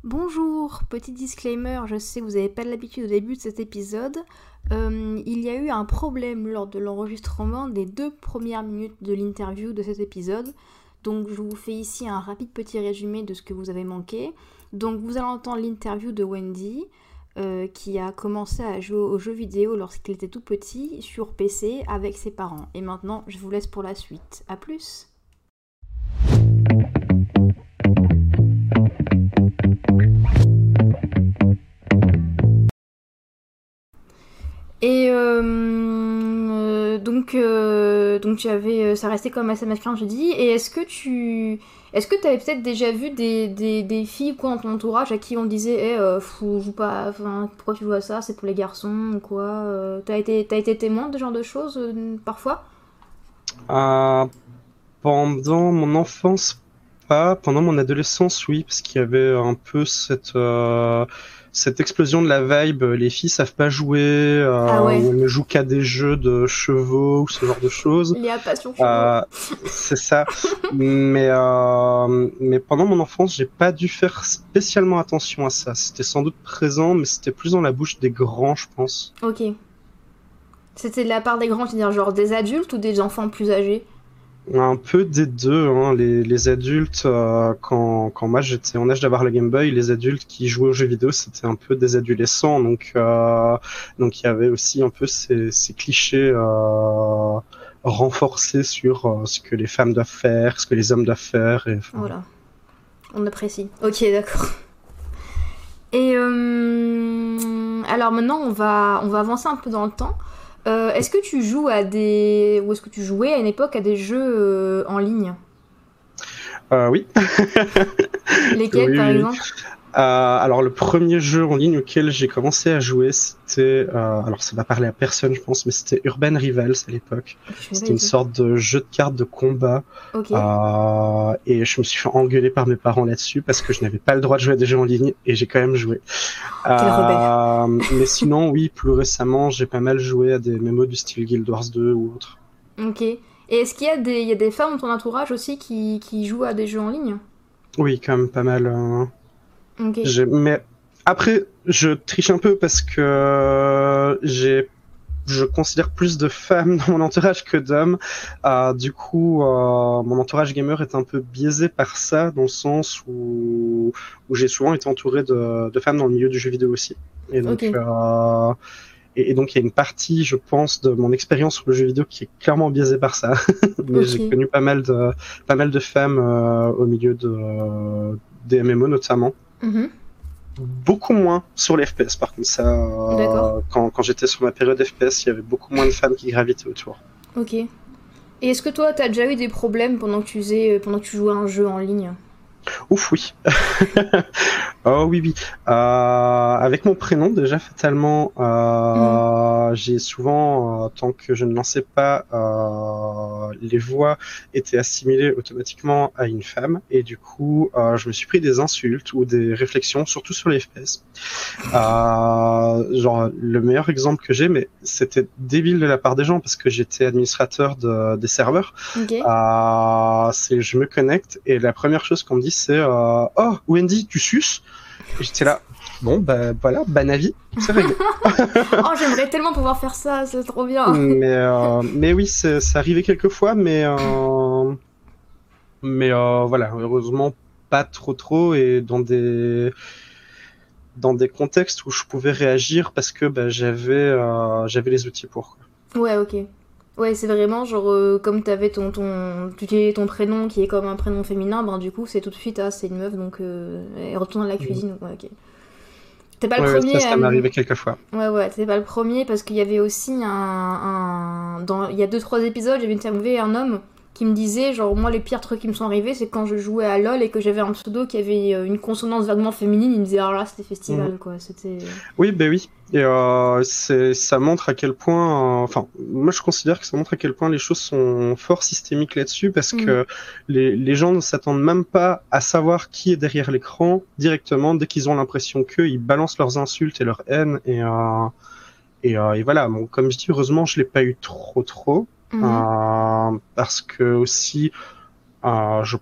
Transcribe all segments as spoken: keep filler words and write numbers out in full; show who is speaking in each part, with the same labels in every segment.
Speaker 1: Bonjour, petit disclaimer, je sais que vous n'avez pas l'habitude au début de cet épisode. Euh, il y a eu un problème lors de l'enregistrement des deux premières minutes de l'interview de cet épisode. Donc je vous fais ici un rapide petit résumé de ce que vous avez manqué. Donc vous allez entendre l'interview de Wendy, euh, qui a commencé à jouer aux jeux vidéo lorsqu'il était tout petit sur P C avec ses parents. Et maintenant, je vous laisse pour la suite. A plus! Et euh, euh, donc, euh, donc tu avais, ça restait comme assez masculin, je dis. Et est-ce que tu, est-ce que tu avais peut-être déjà vu des, des, des filles quoi, dans ton entourage à qui on disait, eh, euh, fou, joue pas, enfin, pourquoi tu joues à ça, c'est pour les garçons ou quoi euh, T'as été, t'as été témoin de ce genre de choses euh, parfois
Speaker 2: Euh, Pendant mon enfance, pas. Pendant mon adolescence, oui, parce qu'il y avait un peu cette euh, cette explosion de la vibe. Les filles savent pas jouer,
Speaker 1: Ah
Speaker 2: euh,
Speaker 1: ouais,
Speaker 2: ou elles ne jouent qu'à des jeux de chevaux ou ce genre de choses.
Speaker 1: Léa Passion Chevaux.
Speaker 2: Euh, c'est ça. Mais euh, mais pendant mon enfance, j'ai pas dû faire spécialement attention à ça. C'était sans doute présent, mais c'était plus dans la bouche des grands, je pense.
Speaker 1: Ok. C'était de la part des grands, c'est-à-dire genre des adultes ou des enfants plus âgés?
Speaker 2: Un peu des deux, hein. Les, les adultes, euh, quand, quand moi j'étais en âge d'avoir la Game Boy, les adultes qui jouaient aux jeux vidéo, c'était un peu des adolescents, donc euh, donc il y avait aussi un peu ces, ces clichés euh, renforcés sur euh, ce que les femmes doivent faire, ce que les hommes doivent faire. Et, enfin,
Speaker 1: Voilà, on apprécie. Ok, d'accord. Et euh, alors maintenant, on va, on va avancer un peu dans le temps. Euh, est-ce que tu joues à des... Ou est-ce que tu jouais à une époque à des jeux euh, en ligne?
Speaker 2: euh, oui.
Speaker 1: Lesquels,
Speaker 2: Oui,
Speaker 1: par
Speaker 2: oui.
Speaker 1: exemple?
Speaker 2: Euh, alors le premier jeu en ligne auquel j'ai commencé à jouer, c'était, euh, alors ça va parler à personne je pense, mais c'était Urban Rivals à l'époque.
Speaker 1: Je connais pas
Speaker 2: C'était
Speaker 1: du
Speaker 2: une
Speaker 1: tout.
Speaker 2: sorte de jeu de cartes de combat,
Speaker 1: Ok.
Speaker 2: euh, et je me suis fait engueuler par mes parents là-dessus parce que je n'avais pas le droit de jouer à des jeux en ligne et j'ai quand même joué.
Speaker 1: Quel rebelle.
Speaker 2: Euh, mais sinon oui, plus récemment j'ai pas mal joué à des M M O du style Guild Wars deux ou autre.
Speaker 1: Ok. Et est-ce qu'il y a des, il y a des femmes dans ton entourage aussi qui, qui jouent à des jeux en ligne?
Speaker 2: Oui, quand même pas mal. euh,
Speaker 1: Ok.
Speaker 2: j'ai- Mais après, je triche un peu parce que j'ai je considère plus de femmes dans mon entourage que d'hommes. Euh, du coup, euh, mon entourage gamer est un peu biaisé par ça, dans le sens où, où j'ai souvent été entouré de, de femmes dans le milieu du jeu vidéo aussi. Et
Speaker 1: Ok.
Speaker 2: donc, euh, et, et donc, il y a une partie, je pense, de mon expérience sur le jeu vidéo qui est clairement biaisée par ça. Mais j'ai
Speaker 1: Ok.
Speaker 2: connu pas mal de, pas mal de femmes euh, au milieu de, des M M O notamment.
Speaker 1: Mhm.
Speaker 2: Beaucoup moins sur les F P S, par contre. Ça,
Speaker 1: D'accord.
Speaker 2: euh, quand, quand j'étais sur ma période F P S, il y avait beaucoup moins de femmes qui gravitaient autour.
Speaker 1: Ok. Et est-ce que toi, t'as déjà eu des problèmes pendant que tu faisais, pendant que tu jouais à un jeu en ligne?
Speaker 2: Ouf, oui. Oh oui, oui. Euh, avec mon prénom, déjà, fatalement,
Speaker 1: Hmm.
Speaker 2: euh, j'ai souvent, euh, tant que je ne lançais pas, euh, les voix étaient assimilées automatiquement à une femme. Et du coup, euh, je me suis pris des insultes ou des réflexions, surtout sur les F P S. Euh, genre, le meilleur exemple que j'ai, mais c'était débile de la part des gens parce que j'étais administrateur de, des serveurs.
Speaker 1: Ok.
Speaker 2: Euh, c'est je me connecte et la première chose qu'on me dit c'est euh, oh Wendy tu suces et j'étais là bon bah voilà ban avis c'est réglé.
Speaker 1: Oh, j'aimerais tellement pouvoir faire ça, c'est trop bien.
Speaker 2: mais euh, mais oui c'est ça arrivait quelques fois mais euh, mais euh, voilà heureusement pas trop trop et dans des dans des contextes où je pouvais réagir parce que bah, j'avais euh, j'avais les outils pour quoi.
Speaker 1: Ouais, ok. Ouais, c'est vraiment genre, euh, comme t'avais ton, ton, tu utilises ton prénom qui est comme un prénom féminin, ben du coup, c'est tout de suite, ah, c'est une meuf, donc euh, elle retourne à la
Speaker 2: Mm.
Speaker 1: cuisine. Ouais, ok. T'es pas le
Speaker 2: Ouais, ouais, ça
Speaker 1: premier à...
Speaker 2: ça m'est arrivé quelques fois.
Speaker 1: Ouais, ouais, t'es pas le premier parce qu'il y avait aussi un... un... Dans... Il y a deux trois épisodes, j'avais interviewé un homme qui me disait, genre, moi, les pires trucs qui me sont arrivés, c'est quand je jouais à LoL et que j'avais un pseudo qui avait euh, une consonance vaguement féminine, il me disait, alors là, c'était
Speaker 2: Mm.
Speaker 1: festival, quoi, c'était...
Speaker 2: Oui, ben oui. Et euh, c'est, ça montre à quel point, euh, enfin, moi je considère que ça montre à quel point les choses sont fort systémiques là-dessus, parce
Speaker 1: Mm.
Speaker 2: que les, les gens ne s'attendent même pas à savoir qui est derrière l'écran directement. Dès qu'ils ont l'impression qu'eux, ils balancent leurs insultes et leur haine. Et, euh, et, euh, et voilà. Bon, comme je dis, heureusement, je l'ai pas eu trop trop,
Speaker 1: Mhm.
Speaker 2: euh, parce que aussi, euh, je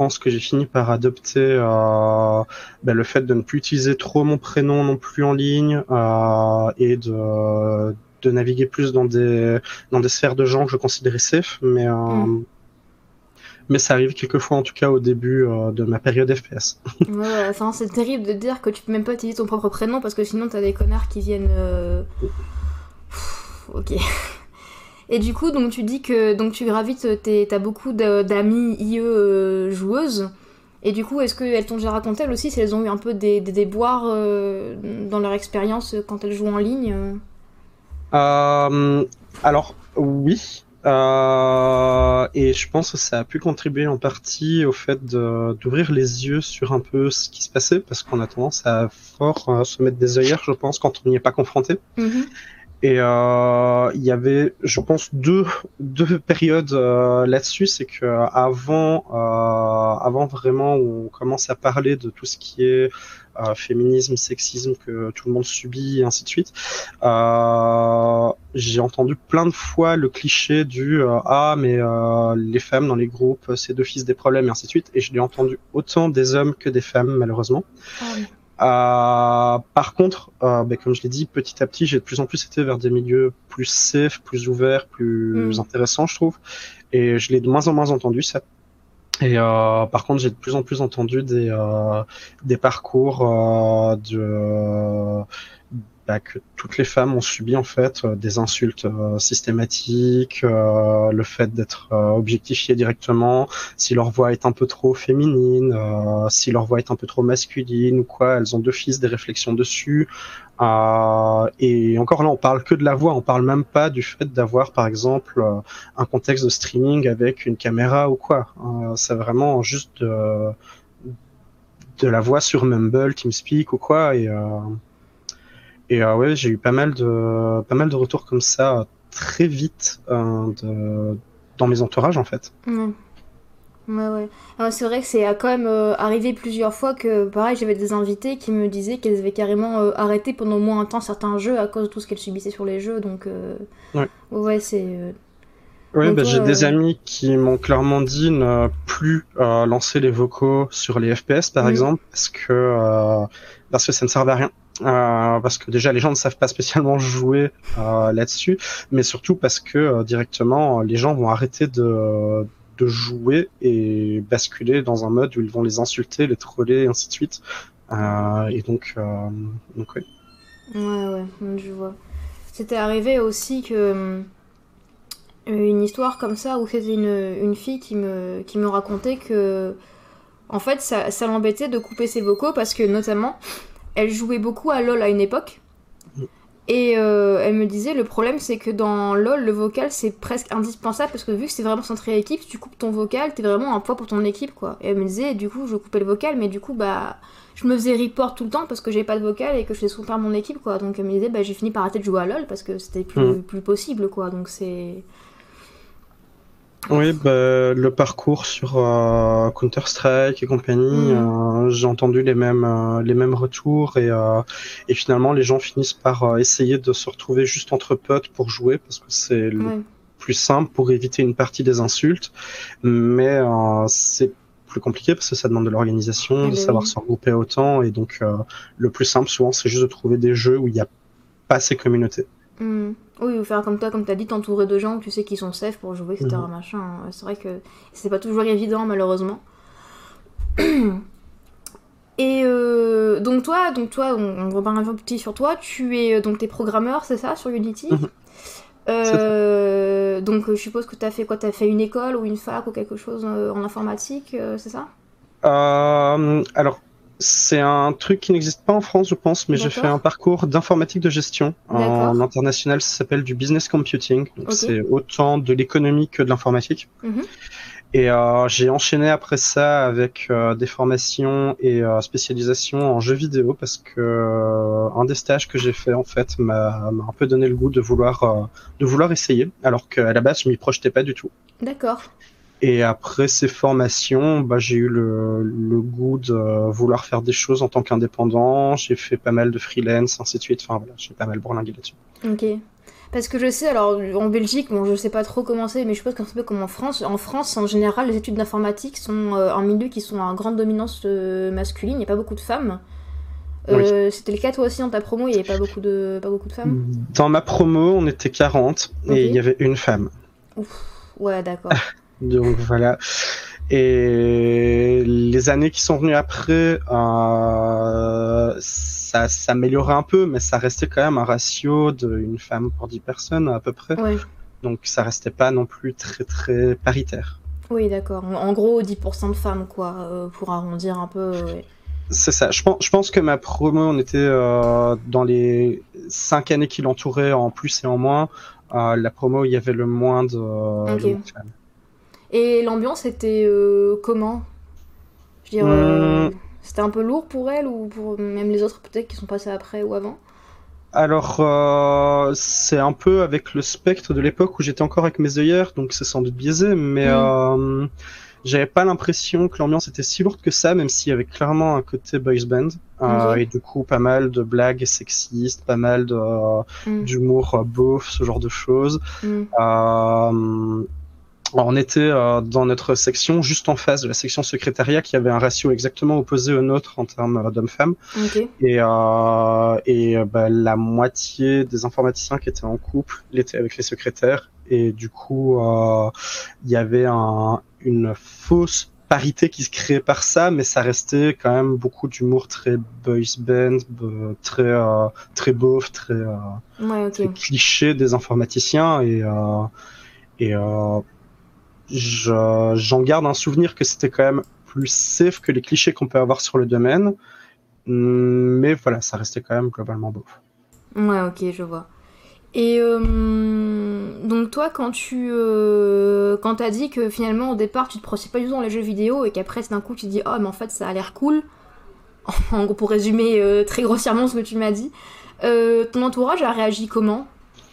Speaker 2: pense que j'ai fini par adopter euh, bah, le fait de ne plus utiliser trop mon prénom non plus en ligne euh, et de, de naviguer plus dans des, dans des sphères de gens que je considérais safe. Mais, euh,
Speaker 1: Mm.
Speaker 2: mais ça arrive quelquefois, en tout cas au début euh, de ma période F P S.
Speaker 1: Ouais, ouais, enfin, c'est terrible de dire que tu peux même pas utiliser ton propre prénom parce que sinon t'as des connards qui viennent. euh, Pff, ok. Et du coup, donc tu dis que donc tu gravites, t'es- t'as beaucoup de- d'amis I E euh, joueuses. Et du coup, est-ce qu'elles t'ont déjà raconté elles aussi si elles ont eu un peu des, des déboires euh, dans leur expérience quand elles jouent en ligne euh
Speaker 2: Euh, alors oui, euh, et je pense que ça a pu contribuer en partie au fait de- d'ouvrir les yeux sur un peu ce qui se passait, parce qu'on a tendance à fort euh, se mettre des œillères, je pense, quand on n'y est pas confronté.
Speaker 1: Mhm.
Speaker 2: Et euh, il y avait, je pense, deux, deux périodes euh, là-dessus. C'est que avant, euh, avant vraiment où on commence à parler de tout ce qui est euh, féminisme, sexisme que tout le monde subit et ainsi de suite, euh, j'ai entendu plein de fois le cliché du euh, ah mais euh, les femmes dans les groupes c'est d'office des problèmes et ainsi de suite. Et je l'ai entendu autant des hommes que des femmes malheureusement.
Speaker 1: Ah,
Speaker 2: Euh, par contre, euh, ben, comme je l'ai dit, petit à petit, j'ai de plus en plus été vers des milieux plus safe, plus ouverts, plus
Speaker 1: mm.
Speaker 2: intéressants, je trouve. Et je l'ai de moins en moins entendu, ça. Et euh, par contre, j'ai de plus en plus entendu des, euh, des parcours euh, de, bah, que toutes les femmes ont subi en fait euh, des insultes euh, systématiques, euh, le fait d'être euh, objectifiées directement, si leur voix est un peu trop féminine, euh, si leur voix est un peu trop masculine ou quoi, elles ont d'office des réflexions dessus. Euh, et encore là, on parle que de la voix, on parle même pas du fait d'avoir par exemple euh, un contexte de streaming avec une caméra ou quoi. Euh, c'est vraiment juste de, de la voix sur Mumble, TeamSpeak ou quoi. Et, euh, et euh, ouais, j'ai eu pas mal de pas mal de retours comme ça euh, très vite euh, de, dans mes entourages en fait.
Speaker 1: Ouais. Ouais, ouais. Ah, c'est vrai que c'est euh, quand même euh, arrivé plusieurs fois que, pareil, j'avais des invités qui me disaient qu'elles avaient carrément euh, arrêté pendant au moins un temps certains jeux à cause de tout ce qu'elles subissaient sur les jeux. Donc, euh,
Speaker 2: Ouais.
Speaker 1: ouais, c'est. euh,
Speaker 2: Oui,
Speaker 1: Donc,
Speaker 2: bah,
Speaker 1: toi.
Speaker 2: j'ai des
Speaker 1: euh,
Speaker 2: amis qui m'ont clairement dit ne plus euh, lancer les vocaux sur les F P S par
Speaker 1: mm,
Speaker 2: exemple parce que euh, parce que ça ne servait à rien. Euh, parce que déjà les gens ne savent pas spécialement jouer euh, là-dessus, mais surtout parce que euh, directement les gens vont arrêter de de jouer et basculer dans un mode où ils vont les insulter, les troller, et ainsi de suite. Euh, et donc, euh, donc ouais.
Speaker 1: Ouais, ouais, mm, je vois. C'était arrivé aussi que. euh, Une histoire comme ça où c'était une, une fille qui me, qui me racontait que. En fait, ça, ça l'embêtait de couper ses vocaux parce que, notamment, elle jouait beaucoup à LoL à une époque. Et euh, elle me disait, le problème c'est que dans LoL, le vocal c'est presque indispensable parce que vu que c'est vraiment centré équipe, si tu coupes ton vocal, t'es vraiment un poids pour ton équipe quoi. Et elle me disait, du coup, je coupais le vocal, mais du coup, bah, je me faisais report tout le temps parce que j'ai pas de vocal et que je faisais soutenir mon équipe quoi. Donc elle me disait, bah, j'ai fini par arrêter de jouer à LoL parce que c'était
Speaker 2: Mm.
Speaker 1: plus, plus possible quoi. Donc c'est.
Speaker 2: Oui, bah, le parcours sur euh, Counter-Strike et compagnie,
Speaker 1: Mm,
Speaker 2: euh, j'ai entendu les mêmes euh, les mêmes retours et euh, et finalement les gens finissent par euh, essayer de se retrouver juste entre potes pour jouer parce que c'est le
Speaker 1: ouais.
Speaker 2: plus simple pour éviter une partie des insultes, mais euh, c'est plus compliqué parce que ça demande de l'organisation,
Speaker 1: Eh
Speaker 2: de
Speaker 1: ben
Speaker 2: savoir
Speaker 1: oui.
Speaker 2: se regrouper autant et donc euh, le plus simple souvent c'est juste de trouver des jeux où il n'y a pas ces communautés.
Speaker 1: Mm. Oui, ou faire comme toi, comme t'as dit, t'entourer de gens où tu sais qu'ils sont safe pour jouer, et cetera.
Speaker 2: Mhm.
Speaker 1: Machin. C'est vrai que c'est pas toujours évident, malheureusement. Et euh, donc toi, donc toi, on, on va parler un peu petit sur toi. Tu es euh, donc t'es programmeur, c'est ça, sur Unity.
Speaker 2: Mhm. C'est ça.
Speaker 1: Euh, donc euh, je suppose que t'as fait quoi? T'as fait une école ou une fac ou quelque chose euh, en informatique, euh, c'est ça?
Speaker 2: Euh, alors, c'est un truc qui n'existe pas en France, je pense, mais j'ai fait un
Speaker 1: D'accord.
Speaker 2: parcours d'informatique de gestion. En
Speaker 1: D'accord.
Speaker 2: international, ça s'appelle du business computing. Donc,
Speaker 1: Ok.
Speaker 2: c'est autant de l'économie que de l'informatique.
Speaker 1: Mhm.
Speaker 2: Et euh, j'ai enchaîné après ça avec euh, des formations et euh, spécialisations en jeux vidéo parce que euh, un des stages que j'ai fait en fait m'a m'a un peu donné le goût de vouloir euh, de vouloir essayer, alors qu'à la base je m'y projetais pas du tout.
Speaker 1: D'accord.
Speaker 2: Et après ces formations, bah, j'ai eu le, le goût de vouloir faire des choses en tant qu'indépendant. J'ai fait pas mal de freelance, ainsi de suite. Enfin voilà, j'ai pas mal bourlingué là-dessus.
Speaker 1: Ok. Parce que je sais, alors en Belgique, bon je sais pas trop comment c'est, mais je suppose que c'est un peu comme en France. En France, en général, les études d'informatique sont euh, un milieu qui sont à grande dominance euh, masculine, il n'y a pas beaucoup de femmes.
Speaker 2: Oui.
Speaker 1: Euh, c'était le cas toi aussi dans ta promo, il n'y avait pas beaucoup de, pas beaucoup de femmes?
Speaker 2: Dans ma promo, on était quarante
Speaker 1: Ok.
Speaker 2: et il y avait une femme.
Speaker 1: Ouf, ouais d'accord.
Speaker 2: Donc voilà. Et les années qui sont venues après, euh, ça s'améliorait un peu, mais ça restait quand même un ratio d'une femme pour dix personnes à peu près.
Speaker 1: Ouais.
Speaker 2: Donc ça restait pas non plus très très paritaire.
Speaker 1: Oui d'accord, en en gros dix pour cent de femmes quoi, euh, pour arrondir un peu. Ouais.
Speaker 2: C'est ça. Je pense, je pense que ma promo, on était euh, dans les cinq années qui l'entouraient en plus et en moins. Euh, la promo où il y avait le moins de,
Speaker 1: Ok.
Speaker 2: le moins de femmes.
Speaker 1: Et l'ambiance était euh, comment? Je veux dire, euh,
Speaker 2: Hum,
Speaker 1: c'était un peu lourd pour elle ou pour même les autres peut-être qui sont passés après ou avant?
Speaker 2: alors, euh, c'est un peu avec le spectre de l'époque où j'étais encore avec mes œillères, donc c'est sans doute biaisé, mais
Speaker 1: Hmm.
Speaker 2: euh, j'avais pas l'impression que l'ambiance était si lourde que ça, même s'il y avait clairement un côté boys band, euh,
Speaker 1: Ok.
Speaker 2: et du coup pas mal de blagues sexistes, pas mal de euh,
Speaker 1: Hmm.
Speaker 2: d'humour euh, beauf, ce genre de choses.
Speaker 1: Hmm.
Speaker 2: Euh, on était euh, dans notre section juste en face de la section secrétariat qui avait un ratio exactement opposé au nôtre en termes euh, d'hommes-femmes.
Speaker 1: Ok.
Speaker 2: Et, euh, et euh, bah, la moitié des informaticiens qui étaient en couple l'étaient avec les secrétaires. Et du coup, euh, il y avait un, une fausse parité qui se créait par ça, mais ça restait quand même beaucoup d'humour très boys band, euh, très euh, très beauf, très, euh,
Speaker 1: Ouais, ok.
Speaker 2: très cliché des informaticiens. Et, euh, et euh, je, j'en garde un souvenir que c'était quand même plus safe que les clichés qu'on peut avoir sur le domaine. Mais voilà, ça restait quand même globalement beau.
Speaker 1: Ouais, ok, je vois. Et euh, donc toi, quand tu euh, quand t'as dit que finalement au départ tu te projetais pas du tout dans les jeux vidéo et qu'après d'un coup tu te dis oh mais en fait ça a l'air cool, en gros pour résumer euh, très grossièrement ce que tu m'as dit, euh, ton entourage a réagi comment?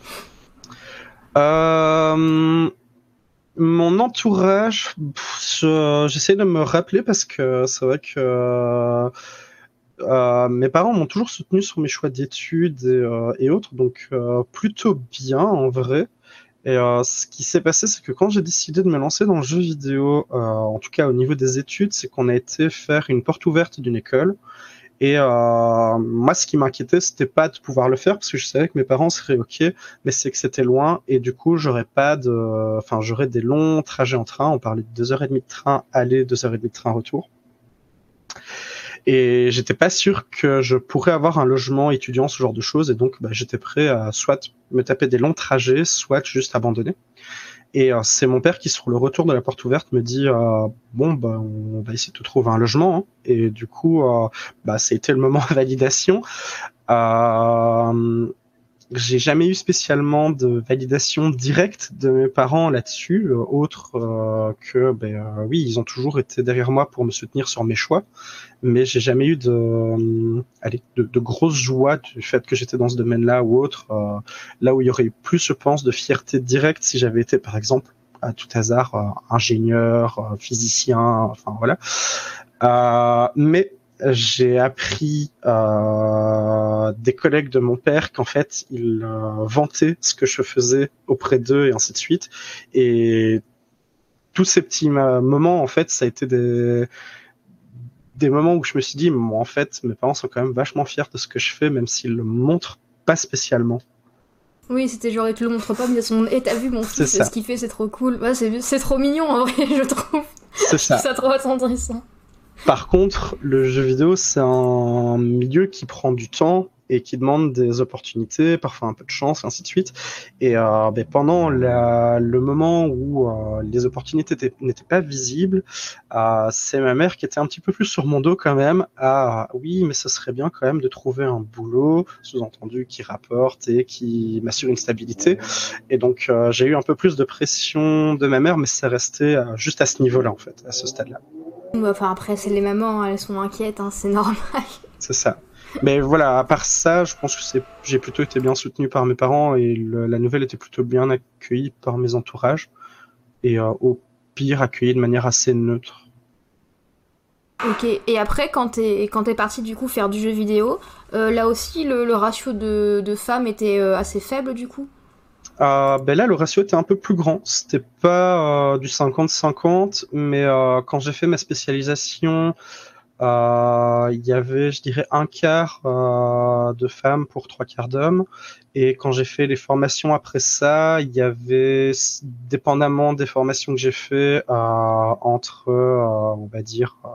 Speaker 2: Euh, mon entourage, pff, je- j'essaie de me rappeler parce que c'est vrai que euh, mes parents m'ont toujours soutenu sur mes choix d'études et, euh, et autres, donc euh, plutôt bien en vrai. Et euh, ce qui s'est passé, c'est que quand j'ai décidé de me lancer dans le jeu vidéo, euh, en tout cas au niveau des études, c'est qu'on a été faire une porte ouverte d'une école. Et euh, moi, ce qui m'inquiétait, c'était pas de pouvoir le faire parce que je savais que mes parents seraient ok, mais c'est que c'était loin et du coup, j'aurais pas de, enfin, j'aurais des longs trajets en train. On parlait de deux heures et demie de train aller, deux heures et demie de train retour. Et j'étais pas sûr que je pourrais avoir un logement étudiant, ce genre de choses. Et donc, bah, j'étais prêt à soit me taper des longs trajets, soit juste abandonner. Et euh, c'est mon père qui, sur le retour de la porte ouverte, me dit euh, bon, bah, on va essayer de te trouver un logement. Hein. Et du coup, euh, bah, ça a été le moment validation. Euh, j'ai jamais eu spécialement de validation directe de mes parents là-dessus, euh, autre euh, que, ben euh, oui, ils ont toujours été derrière moi pour me soutenir sur mes choix, mais j'ai jamais eu de, euh, allez, de, de grosse joie du fait que j'étais dans ce domaine-là ou autre. Euh, là où il y aurait eu plus, je pense, de fierté directe si j'avais été, par exemple, à tout hasard, euh, ingénieur, euh, physicien, enfin voilà. Euh, mais j'ai appris euh, des collègues de mon père qu'en fait, ils euh, vantaient ce que je faisais auprès d'eux et ainsi de suite. Et tous ces petits euh, moments, en fait, ça a été des, des moments où je me suis dit, bon, en fait, mes parents sont quand même vachement fiers de ce que je fais, même s'ils le montrent pas spécialement.
Speaker 1: Oui, c'était genre, il te le montre pas, mais son et t'as vu mon
Speaker 2: C'est
Speaker 1: fils, ce
Speaker 2: ça,
Speaker 1: qu'il fait, c'est trop cool. Ouais, c'est c'est trop mignon en vrai, je trouve.
Speaker 2: c'est
Speaker 1: Je trouve
Speaker 2: ça.
Speaker 1: ça trop attendrissant.
Speaker 2: Par contre, le jeu vidéo, c'est un milieu qui prend du temps et qui demande des opportunités, parfois un peu de chance, et ainsi de suite. Et euh, ben, pendant la, le moment où euh, les opportunités n'étaient pas visibles, euh, c'est ma mère qui était un petit peu plus sur mon dos quand même. Ah oui, mais ce serait bien quand même de trouver un boulot, sous-entendu, qui rapporte et qui m'assure une stabilité. Et donc euh, j'ai eu un peu plus de pression de ma mère, mais ça restait euh, juste à ce niveau-là en fait, à ce stade-là.
Speaker 1: Enfin, après, c'est les mamans, elles sont inquiètes, hein, c'est normal.
Speaker 2: C'est ça. Mais voilà, à part ça, je pense que c'est, j'ai plutôt été bien soutenu par mes parents et le, la nouvelle était plutôt bien accueillie par mes entourages et euh, au pire accueillie de manière assez neutre.
Speaker 1: Ok, et après, quand t'es quand t'es parti du coup faire du jeu vidéo, euh, là aussi, le, le ratio de, de femmes était euh, assez faible du coup.
Speaker 2: Euh, ben là, le ratio était un peu plus grand. C'était pas euh, du cinquante cinquante, mais euh, quand j'ai fait ma spécialisation, euh, il y avait, je dirais, un quart euh, de femmes pour trois quarts d'hommes. Et quand j'ai fait les formations après ça, il y avait, dépendamment des formations que j'ai fait, euh, entre, euh, on va dire, euh,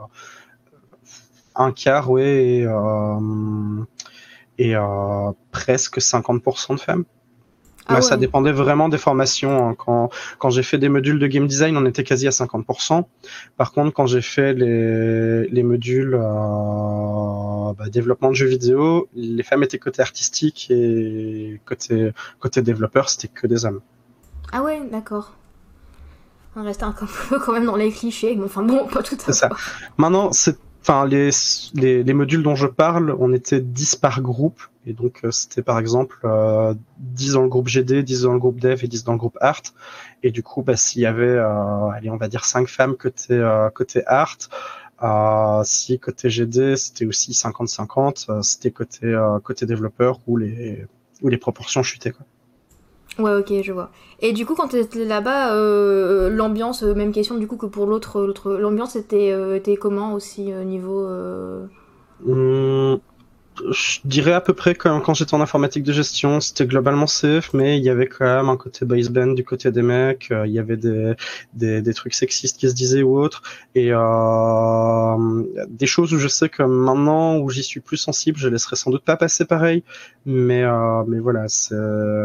Speaker 2: un quart, ouais, et, euh, et euh, presque cinquante pour cent de femmes.
Speaker 1: Ah
Speaker 2: Bah, ça
Speaker 1: ouais.
Speaker 2: dépendait vraiment des formations, hein. Quand, quand j'ai fait des modules de game design, on était quasi à cinquante pour cent. Par contre, quand j'ai fait les, les modules euh, bah, développement de jeux vidéo, les femmes étaient côté artistique et côté, côté développeur, c'était que des hommes.
Speaker 1: Ah ouais, d'accord. On reste un peu quand même dans les clichés, mais enfin bon, pas tout
Speaker 2: C'est
Speaker 1: à
Speaker 2: ça.
Speaker 1: voir.
Speaker 2: Maintenant, c'est, enfin, les, les, les modules dont je parle, on était dix par groupe. Et donc, euh, c'était par exemple euh, dix dans le groupe G D, dix dans le groupe Dev et dix dans le groupe Art. Et du coup, bah, s'il y avait, euh, allez, on va dire cinq femmes côté, euh, côté Art, euh, si côté G D, c'était aussi cinquante cinquante, euh, c'était côté, euh, côté développeur où les, où les proportions chutaient, quoi.
Speaker 1: Ouais, ok, je vois. Et du coup, quand t'étais là-bas, euh, l'ambiance, euh, même question du coup que pour l'autre, l'autre, l'ambiance était, euh, était comment aussi euh, niveau. euh,
Speaker 2: Hum, Je dirais à peu près comme quand j'étais en informatique de gestion, c'était globalement safe, mais il y avait quand même un côté boys band du côté des mecs, euh, il y avait des, des, des trucs sexistes qui se disaient ou autres, et euh, des choses où je sais que maintenant, où j'y suis plus sensible, je laisserai sans doute pas passer pareil, mais, euh, mais voilà, c'est,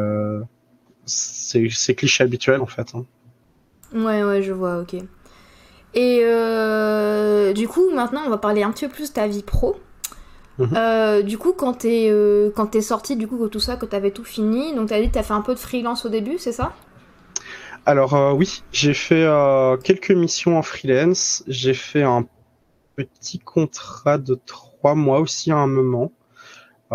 Speaker 2: c'est, c'est cliché habituel en fait, hein.
Speaker 1: Ouais, ouais, je vois, ok. Et euh, du coup, maintenant, on va parler un petit peu plus de ta vie pro.
Speaker 2: Mhm.
Speaker 1: Euh, du coup, quand t'es euh, quand t'es sorti, du coup, que tout ça, que t'avais tout fini, donc t'as dit que t'as fait un peu de freelance au début, c'est ça?
Speaker 2: Alors euh, oui, j'ai fait euh, quelques missions en freelance, j'ai fait un petit contrat de trois mois aussi à un moment. Euh,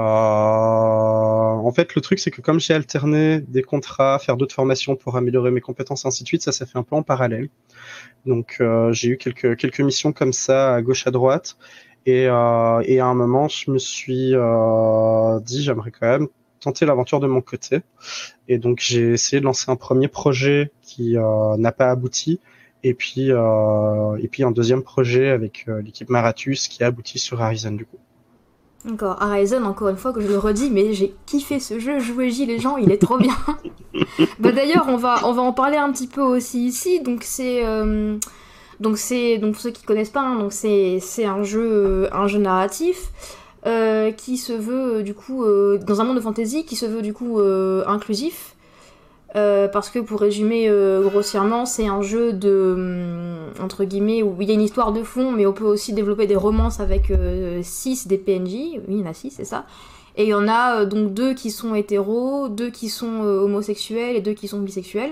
Speaker 2: en fait, le truc, c'est que comme j'ai alterné des contrats, faire d'autres formations pour améliorer mes compétences, ainsi de suite, ça s'est fait un peu en parallèle. Donc, euh, j'ai eu quelques, quelques missions comme ça, à gauche, à droite. Et, euh, et à un moment, je me suis euh, dit, j'aimerais quand même tenter l'aventure de mon côté. Et donc, j'ai essayé de lancer un premier projet qui euh, n'a pas abouti. Et puis, euh, et puis un deuxième projet avec euh, l'équipe Marathus qui a abouti sur Horizon, du coup.
Speaker 1: D'accord, Horizon, encore une fois, que je le redis, mais j'ai kiffé ce jeu, jouez-y les gens, il est trop bien. Bah d'ailleurs, on va, on va en parler un petit peu aussi ici, donc c'est... euh, donc c'est donc pour ceux qui connaissent pas, hein, donc c'est c'est un jeu euh, un jeu narratif euh, qui se veut euh, du coup euh, dans un monde de fantasy qui se veut du coup euh, inclusif. Euh, parce que pour résumer euh, grossièrement, c'est un jeu de hum, entre guillemets où il y a une histoire de fond, mais on peut aussi développer des romances avec six des P N J. Oui, il y en a six, c'est ça. Et il y en a euh, donc deux qui sont hétéros, deux qui sont euh, homosexuels et deux qui sont bisexuels.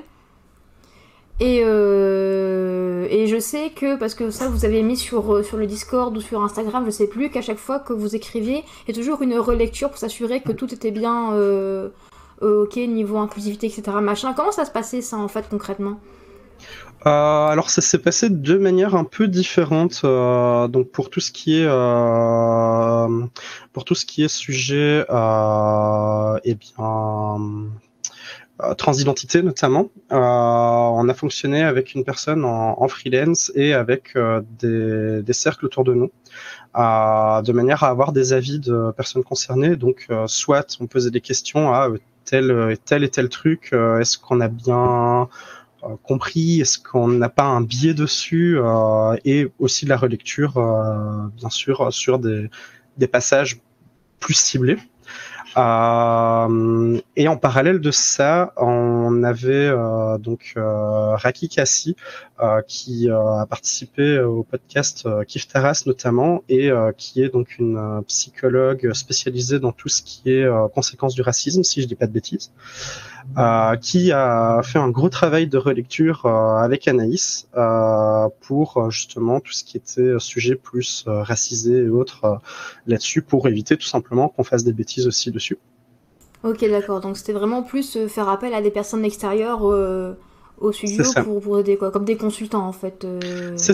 Speaker 1: Et, euh, et je sais que, parce que ça vous avez mis sur, sur le Discord ou sur Instagram, je sais plus, qu'à chaque fois que vous écriviez, il y a toujours une relecture pour s'assurer que tout était bien euh, euh, ok, niveau inclusivité, et cetera. Machin. Comment ça se passait ça en fait concrètement?
Speaker 2: Euh, alors ça s'est passé de manière un peu différente. Euh, donc pour tout ce qui est euh, pour tout ce qui est sujet, euh, eh bien euh, transidentité notamment, euh, on a fonctionné avec une personne en, en freelance et avec euh, des, des cercles autour de nous, euh, de manière à avoir des avis de personnes concernées. Donc euh, soit on posait des questions à euh, tel, tel et tel truc, euh, est-ce qu'on a bien euh, compris, est-ce qu'on n'a pas un biais dessus, euh, et aussi de la relecture, euh, bien sûr, sur des, des passages plus ciblés. Euh, et en parallèle de ça, on avait euh, donc euh, Raki Kassi euh, qui euh, a participé au podcast euh, Kif Taras notamment, et euh, qui est donc une euh, psychologue spécialisée dans tout ce qui est euh, conséquences du racisme, si je dis pas de bêtises, euh, qui a fait un gros travail de relecture euh, avec Anaïs euh, pour euh, justement tout ce qui était sujet plus euh, racisé et autres euh, là-dessus, pour éviter tout simplement qu'on fasse des bêtises aussi dessus.
Speaker 1: Ok, d'accord. Donc c'était vraiment plus euh, faire appel à des personnes extérieures euh, au
Speaker 2: C'est
Speaker 1: studio
Speaker 2: ça.
Speaker 1: pour, pour aider quoi, comme des consultants en fait. euh.
Speaker 2: C'est ça.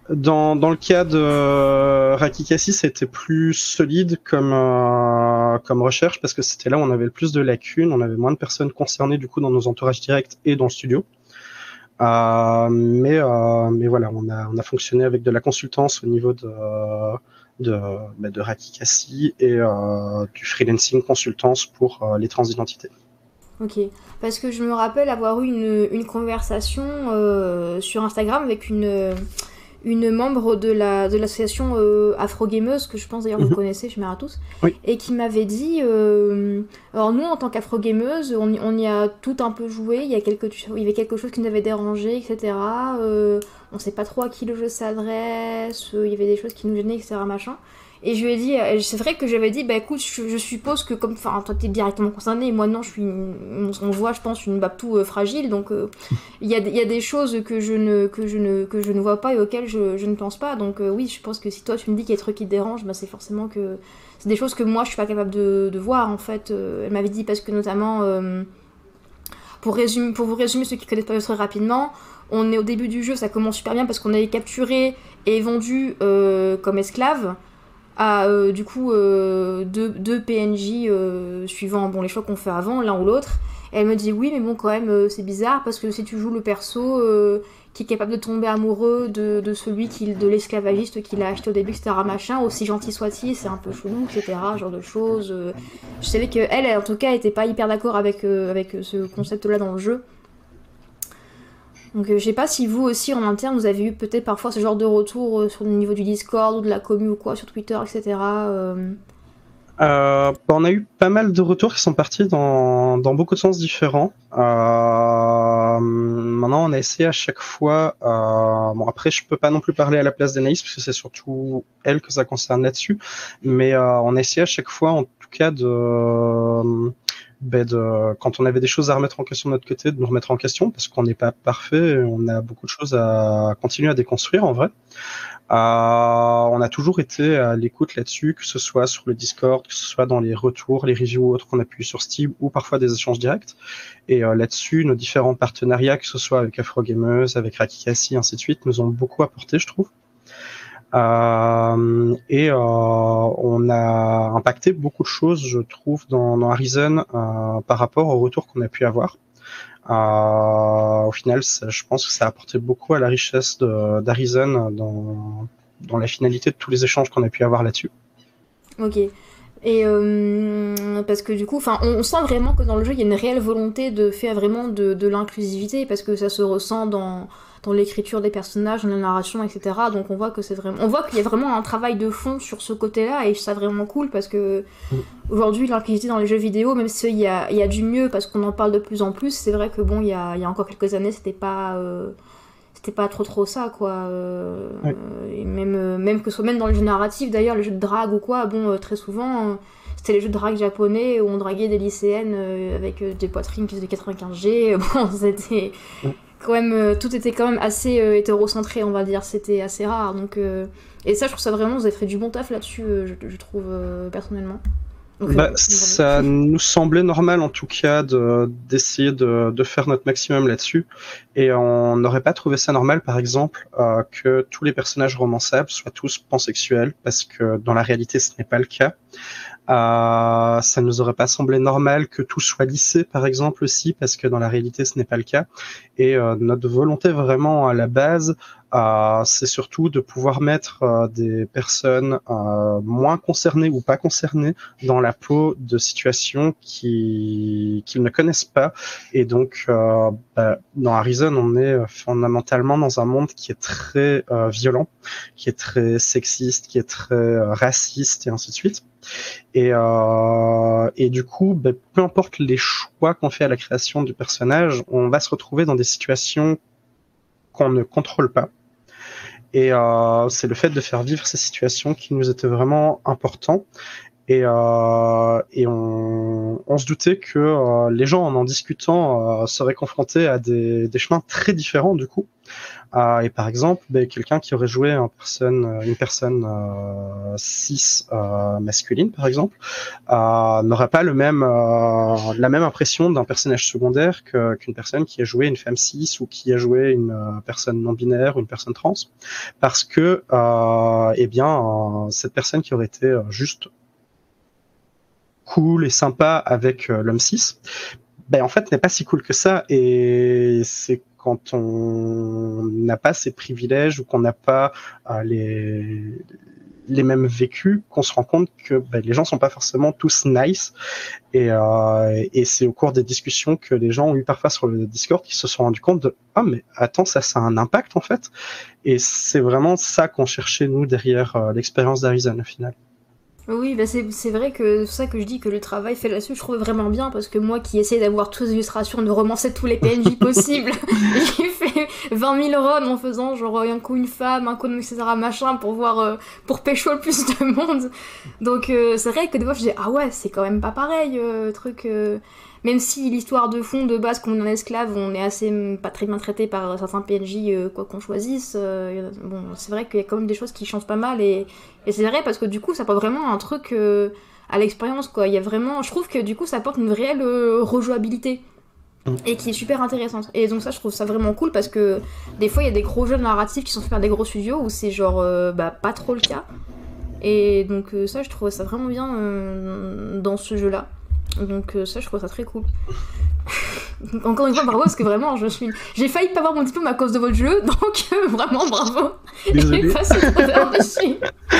Speaker 2: Dans, dans le cas de euh, Rakikasi, c'était plus solide comme, euh, comme recherche parce que c'était là où on avait le plus de lacunes, on avait moins de personnes concernées du coup dans nos entourages directs et dans le studio. Euh, mais, euh, mais voilà, on a, on a fonctionné avec de la consultance au niveau de, de, bah, de Rakikasi et euh, du freelancing consultance pour euh, les transidentités.
Speaker 1: Ok, parce que je me rappelle avoir eu une, une conversation euh, sur Instagram avec une, une membre de la de l'association euh, Afro-Gameuse, que je pense d'ailleurs vous
Speaker 2: Mm-hmm.
Speaker 1: connaissez, je à tous,
Speaker 2: Oui.
Speaker 1: et qui m'avait dit, euh, alors nous en tant qu'Afro-Gameuse, on, on y a tout un peu joué, il y, a quelque, il y avait quelque chose qui nous avait dérangé, et cetera. Euh, on sait pas trop à qui le jeu s'adresse, euh, il y avait des choses qui nous gênaient, et cetera. Machin. Et je lui ai dit, euh, c'est vrai que j'avais dit, bah écoute, je, je suppose que comme, enfin, toi t'es directement concerné, et moi non, je suis, une, on, on voit, je pense, une Babtou euh, fragile, donc euh, il y, a, y a des choses que je ne, que je ne, que je ne vois pas et auxquelles je, je ne pense pas. Donc euh, oui, je pense que si toi tu me dis qu'il y a des trucs qui te dérangent, bah, c'est forcément que c'est des choses que moi je suis pas capable de, de voir en fait. Euh, elle m'avait dit parce que notamment, euh, pour, résumer, pour vous résumer ceux qui connaissent pas très rapidement, on est au début du jeu, ça commence super bien parce qu'on est capturé et vendu euh, comme esclave à euh, du coup euh, deux, deux P N J euh, suivant bon, les choix qu'on fait avant, l'un ou l'autre. Et elle me dit oui, mais bon, quand même, euh, c'est bizarre parce que si tu joues le perso euh, qui est capable de tomber amoureux de, de celui qui, de l'esclavagiste qu'il a acheté au début, et cetera. Machin, aussi gentil soit-il, c'est un peu chelou, et cetera. Genre de choses. Euh. Je savais qu'elle, elle, en tout cas, était pas hyper d'accord avec, euh, avec ce concept-là dans le jeu. Donc euh, je sais pas si vous aussi en interne vous avez eu peut-être parfois ce genre de retour euh, sur le niveau du Discord ou de la commu ou quoi sur Twitter, et cetera. Euh...
Speaker 2: Euh, on a eu pas mal de retours qui sont partis dans, dans beaucoup de sens différents. Euh, maintenant, on a essayé à chaque fois. Euh, bon, après, je peux pas non plus parler à la place d'Anaïs parce que c'est surtout elle que ça concerne là-dessus. Mais euh, on a essayé à chaque fois, en tout cas, de, ben de quand on avait des choses à remettre en question de notre côté, de nous remettre en question parce qu'on n'est pas parfait. Et on a beaucoup de choses à continuer à déconstruire en vrai. Euh, on a toujours été à l'écoute là-dessus, que ce soit sur le Discord, que ce soit dans les retours, les reviews autres qu'on a pu sur Steam ou parfois des échanges directs. Et euh, là-dessus, nos différents partenariats, que ce soit avec Afrogameuse, avec Rakikasi, ainsi de suite, nous ont beaucoup apporté, je trouve. Euh, et euh, on a impacté beaucoup de choses, je trouve, dans, dans Arisen euh, par rapport au retour qu'on a pu avoir. Euh, au final, ça, je pense que ça a apporté beaucoup à la richesse d'Arisen dans, dans la finalité de tous les échanges qu'on a pu avoir là-dessus.
Speaker 1: Ok. Et euh, parce que du coup, enfin, on, on sent vraiment que dans le jeu, il y a une réelle volonté de faire vraiment de, de l'inclusivité, parce que ça se ressent dans, dans l'écriture des personnages, dans la narration, et cetera. Donc on voit que c'est vraiment, on voit qu'il y a vraiment un travail de fond sur ce côté-là, et c'est vraiment cool parce que mm. aujourd'hui, l'inclusivité dans les jeux vidéo, même s'il y a, il y a du mieux parce qu'on en parle de plus en plus, c'est vrai que bon, il y a, il y a encore quelques années, c'était pas euh, c'était pas trop trop ça quoi euh, oui. Et même euh, même que ce soit même dans les jeux narratifs d'ailleurs, les jeux de drague ou quoi, bon euh, très souvent euh, c'était les jeux de drague japonais où on draguait des lycéennes euh, avec euh, des poitrines qui faisaient quatre-vingt-quinze G. Bon, c'était oui. quand même euh, tout était quand même assez euh, hétérocentré, on va dire, c'était assez rare. Donc euh, et ça, je trouve ça vraiment, vous avez fait du bon taf là-dessus, euh, je, je trouve euh, personnellement.
Speaker 2: Donc, bah, euh, ça nous semblait normal en tout cas de, d'essayer de, de faire notre maximum là-dessus, et on n'aurait pas trouvé ça normal par exemple euh, que tous les personnages romançables soient tous pansexuels, parce que dans la réalité ce n'est pas le cas. Euh, ça nous aurait pas semblé normal que tout soit lissé par exemple aussi, parce que dans la réalité ce n'est pas le cas. Et euh, notre volonté vraiment à la base, euh, c'est surtout de pouvoir mettre euh, des personnes euh, moins concernées ou pas concernées dans la peau de situations qui qu'ils ne connaissent pas. Et donc euh, bah, dans Arisen, on est fondamentalement dans un monde qui est très euh, violent, qui est très sexiste, qui est très euh, raciste et ainsi de suite. Et, euh, et du coup, bah, peu importe les choix qu'on fait à la création du personnage, on va se retrouver dans des situations qu'on ne contrôle pas. Et euh, c'est le fait de faire vivre ces situations qui nous était vraiment important. Et, euh, et on, on se doutait que euh, les gens, en en discutant, euh, seraient confrontés à des, des chemins très différents du coup. Euh, et par exemple, ben, quelqu'un qui aurait joué un personne, une personne euh, cis euh, masculine, par exemple, euh, n'aura pas le même, euh, la même impression d'un personnage secondaire que, qu'une personne qui a joué une femme cis ou qui a joué une euh, personne non binaire ou une personne trans, parce que, euh, eh bien, euh, cette personne qui aurait été euh, juste cool et sympa avec euh, l'homme cis, ben en fait n'est pas si cool que ça, et c'est quand on n'a pas ces privilèges ou qu'on n'a pas euh, les les mêmes vécus qu'on se rend compte que ben, les gens sont pas forcément tous nice, et, euh, et c'est au cours des discussions que les gens ont eu parfois sur le Discord qui se sont rendus compte de ah mais attends, ça ça a un impact en fait, et c'est vraiment ça qu'on cherchait nous derrière euh, l'expérience d'Arisen au final.
Speaker 1: Oui, bah c'est, c'est vrai que c'est ça que je dis que le travail fait là-dessus, je trouve vraiment bien parce que moi qui essaie d'avoir toutes les illustrations, de romancer tous les P N J possibles, j'ai fait vingt mille runs en faisant genre un coup une femme, un coup de et cetera machin pour voir, euh, pour pécho le plus de monde. Donc euh, c'est vrai que des fois je dis ah ouais, c'est quand même pas pareil, euh, truc. Euh... Même si l'histoire de fond de base, qu'on est un esclave, on est assez pas très bien traité par certains P N J, euh, quoi qu'on choisisse. Euh, bon, c'est vrai qu'il y a quand même des choses qui changent pas mal et, et c'est vrai parce que du coup, ça apporte vraiment un truc euh, à l'expérience, quoi. Il y a vraiment, je trouve que du coup, ça apporte une réelle euh, rejouabilité et qui est super intéressante. Et donc ça, je trouve ça vraiment cool parce que des fois, il y a des gros jeux narratifs qui sont faits par des gros studios où c'est genre euh, bah, pas trop le cas. Et donc euh, ça, je trouve ça vraiment bien euh, dans ce jeu-là. Donc euh, ça, je trouve ça très cool. Encore une fois, bravo, parce que vraiment, je suis... j'ai failli pas avoir mon diplôme à cause de votre jeu, donc euh, vraiment, bravo.
Speaker 2: Désolé.
Speaker 1: J'ai passé trop d'heures dessus.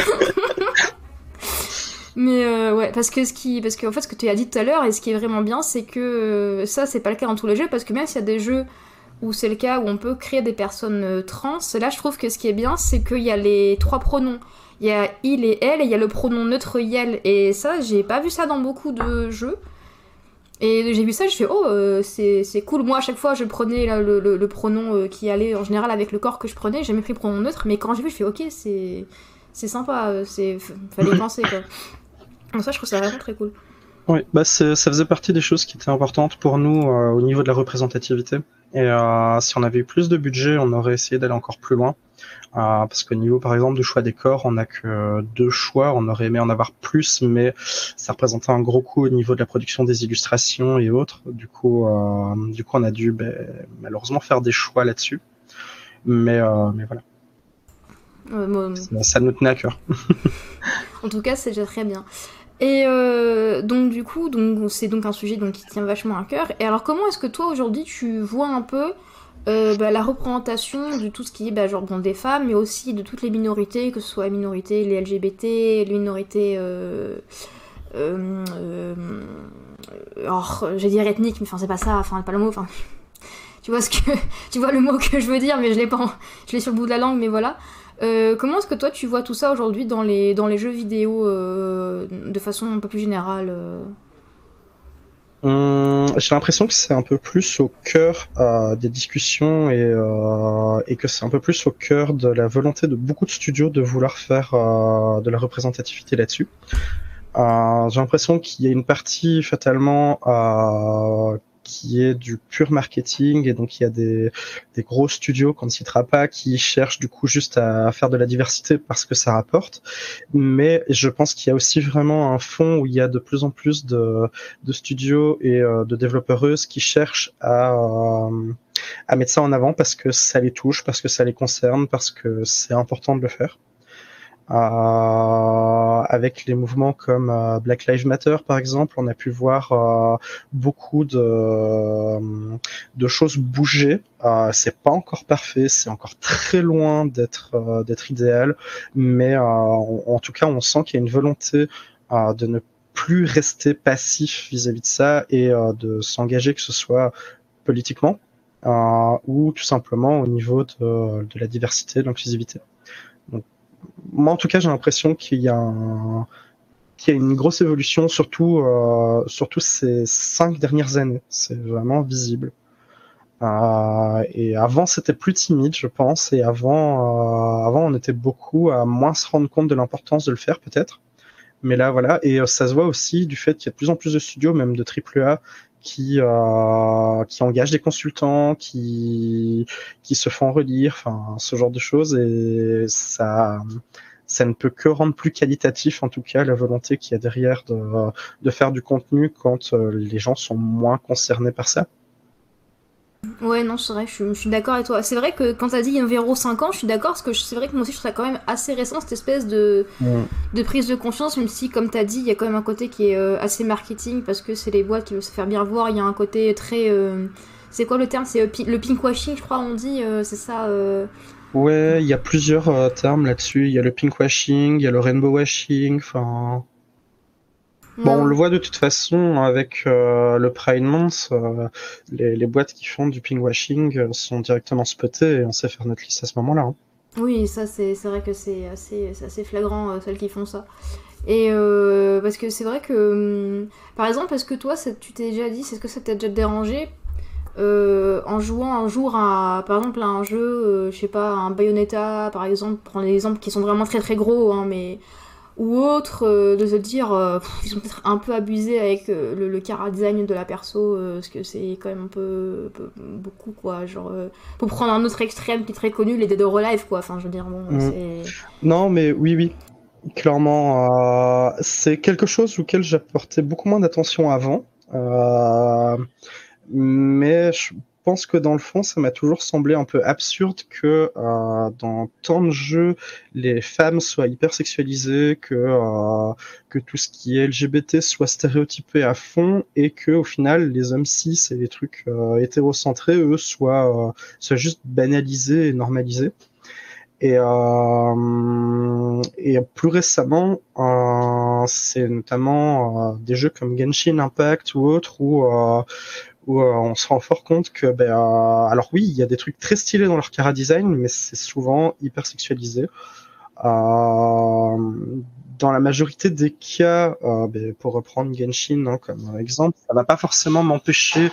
Speaker 1: Mais euh, ouais, parce que ce qui, parce que en fait, ce que tu as dit tout à l'heure, et ce qui est vraiment bien, c'est que euh, ça, c'est pas le cas dans tous les jeux, parce que même s'il y a des jeux où c'est le cas, où on peut créer des personnes euh, trans, là, je trouve que ce qui est bien, c'est qu'il y a les trois pronoms. Il y a il et elle, et il y a le pronom neutre yel, et ça, j'ai pas vu ça dans beaucoup de jeux. Et j'ai vu ça, je fais oh, euh, c'est, c'est cool. Moi, à chaque fois, je prenais là, le, le, le pronom euh, qui allait en général avec le corps que je prenais, j'ai jamais pris le pronom neutre, mais quand j'ai vu, je fais ok, c'est, c'est sympa, euh, c'est, fallait penser quoi. Donc, ça, je trouve ça vraiment très cool.
Speaker 2: Oui, bah ça faisait partie des choses qui étaient importantes pour nous euh, au niveau de la représentativité. Et euh, si on avait eu plus de budget, on aurait essayé d'aller encore plus loin. Euh, parce qu'au niveau, par exemple, du choix des corps, on n'a que deux choix. On aurait aimé en avoir plus, mais ça représentait un gros coût au niveau de la production des illustrations et autres. Du coup, euh, du coup, on a dû ben, malheureusement faire des choix là-dessus. Mais, euh, mais voilà.
Speaker 1: Euh, moi,
Speaker 2: ça, ça nous tenait à cœur.
Speaker 1: En tout cas, c'est déjà très bien. Et euh, donc du coup, donc, c'est donc un sujet donc, qui tient vachement à cœur. Et alors comment est-ce que toi aujourd'hui tu vois un peu euh, bah, la représentation de tout ce qui est bah, genre bon, des femmes, mais aussi de toutes les minorités, que ce soit les minorités, les L G B T, les minorités... Euh, euh, euh, alors, j'allais dire ethnique, mais enfin c'est pas ça, enfin pas le mot, enfin... Tu vois, ce que, tu vois le mot que je veux dire, mais je l'ai pas en, je l'ai sur le bout de la langue, mais voilà. Euh, comment est-ce que toi tu vois tout ça aujourd'hui dans les, dans les jeux vidéo euh, de façon un peu plus générale euh...
Speaker 2: Hum, j'ai l'impression que c'est un peu plus au cœur euh, des discussions et, euh, et que c'est un peu plus au cœur de la volonté de beaucoup de studios de vouloir faire euh, de la représentativité là-dessus. Euh, j'ai l'impression qu'il y a une partie fatalement euh, qui est du pur marketing, et donc il y a des, des gros studios qu'on ne citera pas qui cherchent du coup juste à faire de la diversité parce que ça rapporte, mais je pense qu'il y a aussi vraiment un fond où il y a de plus en plus de, de studios et euh, de développeuses qui cherchent à, euh, à mettre ça en avant parce que ça les touche, parce que ça les concerne, parce que c'est important de le faire. Euh, avec les mouvements comme euh, Black Lives Matter par exemple, on a pu voir euh, beaucoup de, euh, de choses bouger. Euh, c'est pas encore parfait, c'est encore très loin d'être euh, d'être idéal, mais euh, en, en tout cas on sent qu'il y a une volonté euh, de ne plus rester passif vis-à-vis de ça et euh, de s'engager, que ce soit politiquement euh, ou tout simplement au niveau de, de la diversité, de l'inclusivité. Donc, moi, en tout cas, j'ai l'impression qu'il y a, un, qu'il y a une grosse évolution, surtout, euh, surtout ces cinq dernières années. C'est vraiment visible. Euh, et avant, c'était plus timide, je pense. Et avant, euh, avant, on était beaucoup à moins se rendre compte de l'importance de le faire, peut-être. Mais là, voilà. Et euh, ça se voit aussi du fait qu'il y a de plus en plus de studios, même de triple A, qui euh, qui engagent des consultants, qui qui se font relire, enfin ce genre de choses, et ça ça ne peut que rendre plus qualitatif, en tout cas, la volonté qu'il y a derrière de de faire du contenu quand euh, les gens sont moins concernés par ça.
Speaker 1: Ouais, non, c'est vrai, je suis, je suis d'accord avec toi. C'est vrai que quand t'as dit environ cinq ans, je suis d'accord, parce que c'est vrai que moi aussi je trouve ça quand même assez récent, cette espèce de,
Speaker 2: Mm.
Speaker 1: de prise de conscience, même si, comme t'as dit, il y a quand même un côté qui est euh, assez marketing, parce que c'est les boîtes qui veulent se faire bien voir, il y a un côté très... euh, c'est quoi le terme? C'est euh, pi- le pinkwashing, je crois, on dit, euh, c'est ça euh,
Speaker 2: Ouais, il y a plusieurs euh, termes là-dessus. Il y a le pinkwashing, il y a le rainbow washing, enfin...
Speaker 1: Ouais,
Speaker 2: Bon, on
Speaker 1: ouais.
Speaker 2: le voit de toute façon avec euh, le Pride Month, euh, les, les boîtes qui font du pinkwashing euh, sont directement spotées et on sait faire notre liste à ce moment-là. Hein.
Speaker 1: Oui, ça c'est c'est vrai que c'est assez, c'est assez flagrant, euh, celles qui font ça. Et euh, parce que c'est vrai que, hum, par exemple, est-ce que toi, ça- tu t'es déjà dit, est-ce que ça t'a déjà dérangé euh, en jouant un jour à, par exemple, à un jeu, euh, je sais pas, un Bayonetta, par exemple, prendre des exemples qui sont vraiment très très gros, hein, mais ou autre, euh, de se dire, euh, pff, ils sont peut-être un peu abusés avec euh, le, le chara design de la perso, euh, parce que c'est quand même un peu, un peu beaucoup, quoi. Genre, euh, pour prendre un autre extrême qui est très connu, les Dead or Alive, quoi. Enfin, je veux dire, bon,
Speaker 2: Mm.
Speaker 1: c'est.
Speaker 2: Non, mais oui, oui, clairement, euh, c'est quelque chose auquel j'apportais beaucoup moins d'attention avant. Euh, Mais je pense que dans le fond, ça m'a toujours semblé un peu absurde que euh, dans tant de jeux, les femmes soient hyper sexualisées, que euh, que tout ce qui est L G B T soit stéréotypé à fond, et que au final, les hommes cis et les trucs euh, hétérocentrés, eux, soient euh, soient juste banalisés et normalisés. Et, euh, et plus récemment, euh, c'est notamment euh, des jeux comme Genshin Impact ou autres où euh, où euh, on se rend fort compte que, ben, euh, alors oui, il y a des trucs très stylés dans leur chara design, mais c'est souvent hyper sexualisé. Euh, dans la majorité des cas, euh, ben, pour reprendre Genshin hein, comme exemple, ça va pas forcément m'empêcher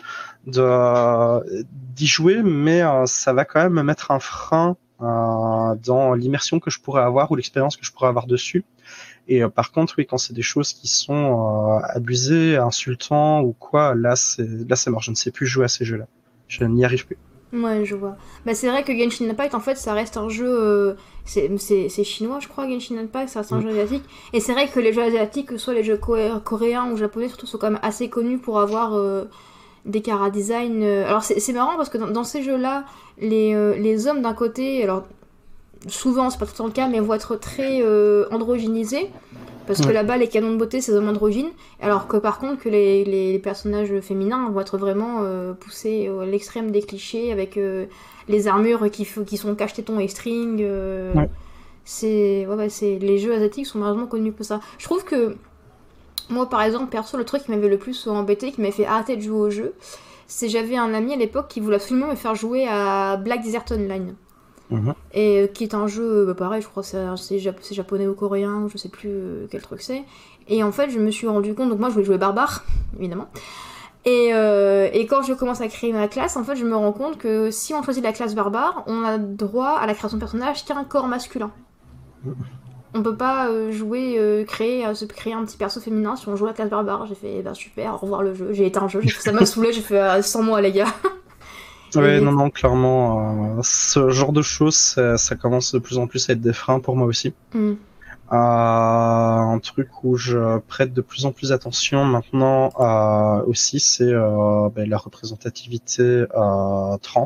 Speaker 2: de d'y jouer, mais euh, ça va quand même me mettre un frein euh, dans l'immersion que je pourrais avoir ou l'expérience que je pourrais avoir dessus. Et euh, par contre, oui, quand c'est des choses qui sont euh, abusées, insultants ou quoi, là c'est là c'est mort. Je ne sais plus jouer à ces jeux-là. Je n'y arrive plus.
Speaker 1: Ouais, je vois. Bah, c'est vrai que Genshin Impact, en fait, ça reste un jeu. euh, c'est c'est- c'est chinois, je crois, Genshin Impact, ça reste un
Speaker 2: Mm.
Speaker 1: jeu asiatique. Et c'est vrai que les jeux asiatiques, que ce soit les jeux coré- coréens ou japonais, surtout, sont quand même assez connus pour avoir euh, des chara design. euh, Alors, c'est c'est marrant parce que dans, dans ces jeux-là, les, euh, les hommes d'un côté, alors souvent, c'est pas tout le temps le cas, mais vont être très euh, androgynisés. Parce que
Speaker 2: Ouais.
Speaker 1: là-bas, les canons de beauté, c'est des hommes androgynes. Alors que par contre, que les, les personnages féminins vont être vraiment euh, poussés à l'extrême des clichés avec euh, les armures qui, f- qui sont cache-tétons et string. euh,
Speaker 2: Ouais.
Speaker 1: c'est, ouais, ouais, c'est, les jeux asiatiques sont malheureusement connus pour ça. Je trouve que, moi par exemple, perso, le truc qui m'avait le plus embêté, qui m'avait fait arrêter de jouer au jeu, c'est j'avais un ami à l'époque qui voulait absolument me faire jouer à Black Desert Online.
Speaker 2: Mhm.
Speaker 1: Et euh, qui est un jeu, bah, pareil, je crois que c'est, c'est jap- c'est japonais ou coréen, je sais plus euh, quel truc c'est. Et en fait, je me suis rendu compte, donc moi je voulais jouer barbare, évidemment. Et, euh, et quand je commence à créer ma classe, en fait, je me rends compte que si on choisit la classe barbare, on a droit à la création de personnage qu'un corps masculin. On peut pas euh, jouer, euh, créer, euh, se créer un petit perso féminin si on joue la classe barbare. J'ai fait, bah super, au revoir le jeu. J'ai éteint le jeu, j'ai fait, ça m'a saoulé, j'ai fait euh, sans moi les gars.
Speaker 2: Ouais,
Speaker 1: Et
Speaker 2: non, non, clairement, euh, ce genre de choses, ça, ça commence de plus en plus à être des freins pour moi aussi.
Speaker 1: hmm.
Speaker 2: Euh, un truc où je prête de plus en plus attention maintenant euh, aussi, c'est euh, ben, la représentativité euh, trans.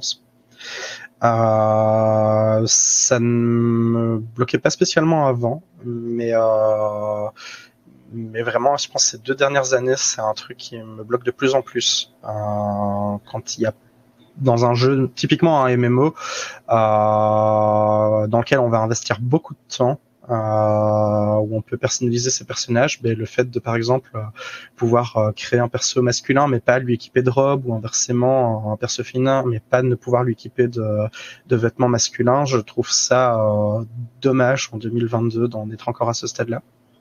Speaker 2: Euh, ça ne me bloquait pas spécialement avant, mais euh, mais vraiment, je pense que ces deux dernières années, c'est un truc qui me bloque de plus en plus. Euh, quand il y a dans un jeu, typiquement un M M O, euh, dans lequel on va investir beaucoup de temps, euh, où on peut personnaliser ses personnages, ben, le fait de, par exemple, euh, pouvoir euh, créer un perso masculin, mais pas lui équiper de robe, ou inversement, un perso féminin, mais pas ne pouvoir lui équiper de, de vêtements masculins, je trouve ça euh, dommage en deux mille vingt-deux d'en être encore à ce stade-là.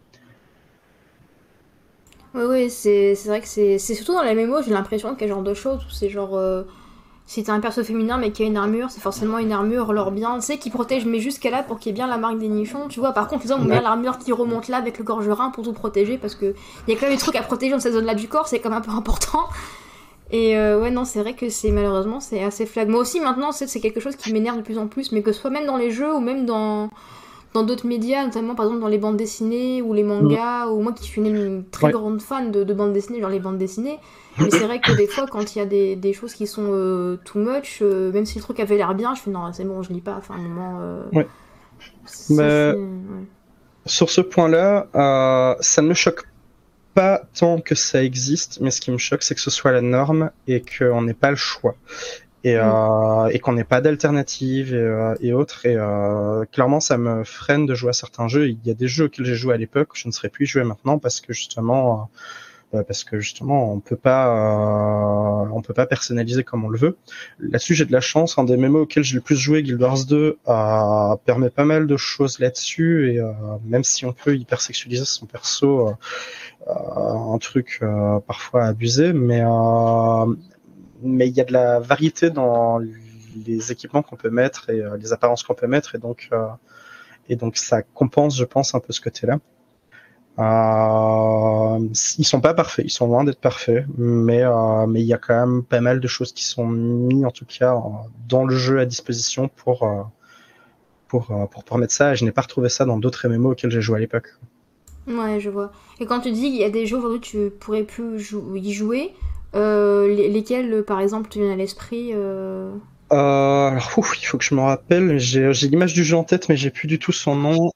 Speaker 1: Ouais, ouais, c'est c'est vrai que c'est c'est surtout dans la mémo, j'ai l'impression qu'il y a ce genre de choses où c'est genre. euh, Si t'as un perso féminin mais qui a une armure, c'est forcément une armure, leur bien, tu sais, qui protège, mais jusqu'à là pour qu'il y ait bien la marque des nichons. Tu vois, par contre, les hommes ont bien
Speaker 2: Ouais.
Speaker 1: l'armure qui remonte là avec le gorgerin pour tout protéger parce que il y a quand même des trucs à protéger dans cette zone là du corps, c'est quand même un peu important. Et euh, ouais, non, c'est vrai que c'est malheureusement, c'est assez flag. Moi aussi, maintenant, c'est c'est quelque chose qui m'énerve de plus en plus, mais que ce soit même dans les jeux ou même dans dans d'autres médias, notamment par exemple dans les bandes dessinées ou les
Speaker 2: Mm.
Speaker 1: mangas, ou moi qui suis une, une très
Speaker 2: Ouais.
Speaker 1: grande fan de, de bandes dessinées, genre les bandes dessinées, mais c'est vrai que des fois, quand il y a des, des choses qui sont euh, too much, euh, même si le truc avait l'air bien, je fais non, c'est bon, je lis pas, enfin, à un moment. euh,
Speaker 2: Ouais.
Speaker 1: ça, c'est.
Speaker 2: Mais
Speaker 1: Ouais.
Speaker 2: sur ce point-là, euh, ça ne me choque pas tant que ça existe, mais ce qui me choque, c'est que ce soit la norme et qu'on n'ait pas le choix. Et,
Speaker 1: Mm.
Speaker 2: euh, et qu'on n'ait pas d'alternative et, euh, et autres. Et euh, clairement, ça me freine de jouer à certains jeux. Il y a des jeux auxquels j'ai joué à l'époque, je ne serais plus y jouer maintenant parce que justement, euh, parce que justement, on peut pas, euh, on peut pas personnaliser comme on le veut. Là-dessus, j'ai de la chance. Un des M M O auxquels j'ai le plus joué, Guild Wars deux, euh, permet pas mal de choses là-dessus. Et euh, même si on peut hypersexualiser son perso, euh, euh, un truc euh, parfois abusé, mais euh, mais il y a de la variété dans les équipements qu'on peut mettre et euh, les apparences qu'on peut mettre, et donc euh, et donc ça compense, je pense, un peu ce côté-là. Euh, ils sont pas parfaits, ils sont loin d'être parfaits, mais euh, mais il y a quand même pas mal de choses qui sont mises en tout cas dans le jeu à disposition pour euh, pour euh, pour permettre ça. Et je n'ai pas retrouvé ça dans d'autres M M O auxquels j'ai joué à l'époque.
Speaker 1: Ouais, je vois. Et quand tu dis qu'il y a des jeux aujourd'hui tu pourrais plus jou- y jouer, euh, les- lesquels, par exemple, te viennent à l'esprit euh,
Speaker 2: Euh, alors, ouf, il faut que je me rappelle. J'ai, j'ai l'image du jeu en tête, mais j'ai plus du tout son nom.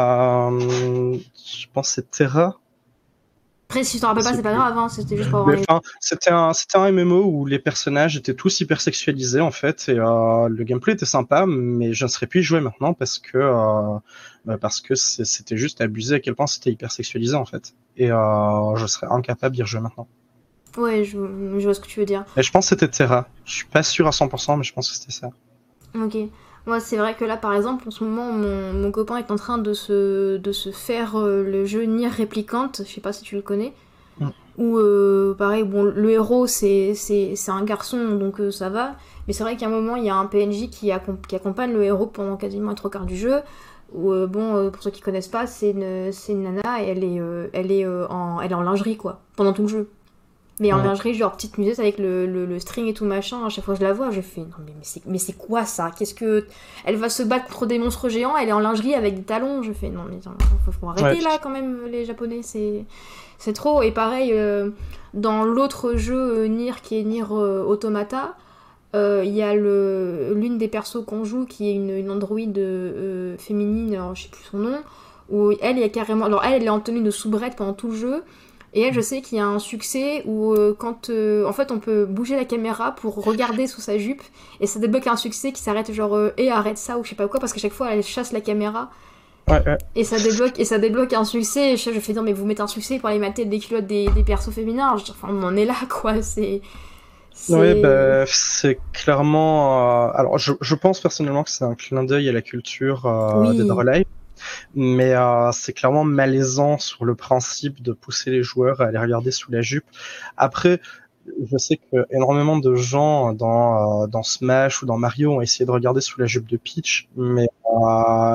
Speaker 2: Euh, je pense que c'est Terra.
Speaker 1: Après, si tu t'en
Speaker 2: Je
Speaker 1: rappelles pas,
Speaker 2: sais
Speaker 1: c'est pas
Speaker 2: plus.
Speaker 1: grave, hein, c'était juste pour avoir
Speaker 2: Mais
Speaker 1: une.
Speaker 2: enfin, c'était un, c'était un M M O où les personnages étaient tous hyper sexualisés en fait, et euh, le gameplay était sympa, mais je ne serais plus y jouer maintenant parce que euh, bah, parce que c'est- c'était juste abusé à quel point c'était hyper sexualisé en fait, et euh, je serais incapable d'y rejouer maintenant.
Speaker 1: Ouais, je, je vois ce que tu veux dire.
Speaker 2: Et je pense que c'était Terra. Je suis pas sûr à cent pour cent, mais je pense que c'était ça.
Speaker 1: Ok. Moi, c'est vrai que là, par exemple, en ce moment, mon, mon copain est en train de se, de se faire euh, le jeu Nier Replicant, je sais pas si tu le connais,
Speaker 2: Mm.
Speaker 1: où, euh, pareil, bon, le héros, c'est, c'est, c'est un garçon, donc euh, ça va, mais c'est vrai qu'à un moment, il y a un P N J qui, accom- qui accompagne le héros pendant quasiment les trois quarts du jeu, où, euh, bon, euh, pour ceux qui connaissent pas, c'est une, c'est une nana, et elle est, euh, elle, est, euh, en, elle est en lingerie, quoi, pendant tout le jeu. Mais en
Speaker 2: Mm.
Speaker 1: lingerie, genre petite musette avec le, le, le string et tout machin, à chaque fois que je la vois, je fais non mais, mais c'est mais c'est quoi ça? Qu'est-ce que. Elle va se battre contre des monstres géants, elle est en lingerie avec des talons, je fais non mais attends, faut, faut
Speaker 2: Ouais.
Speaker 1: arrêter là quand même les japonais, c'est c'est trop. Et pareil, euh, dans l'autre jeu euh, Nier qui est Nier euh, Automata, euh, il y a le l'une des persos qu'on joue qui est une, une androïde euh, féminine, alors je sais plus son nom, où elle, il y a carrément. Alors elle, elle est en tenue de soubrette pendant tout le jeu. Et elle, je sais qu'il y a un succès où euh, quand euh, en fait on peut bouger la caméra pour regarder sous sa jupe et ça débloque un succès qui s'arrête genre euh, et arrête ça ou je sais pas quoi parce qu'à chaque fois elle chasse la caméra
Speaker 2: Ouais, ouais.
Speaker 1: et ça débloque et ça débloque un succès et je, je fais non mais vous mettez un succès pour aller mater des culottes des, des persos féminins. Je, enfin on en est là quoi, c'est
Speaker 2: Ouais,
Speaker 1: c'est
Speaker 2: bah, c'est clairement. Euh, alors, je, je pense personnellement que c'est un clin d'œil à la culture euh, des
Speaker 1: oui.
Speaker 2: Live, mais euh, c'est clairement malaisant sur le principe de pousser les joueurs à aller regarder sous la jupe. Après, je sais que énormément de gens dans euh, dans Smash ou dans Mario ont essayé de regarder sous la jupe de Peach, mais euh,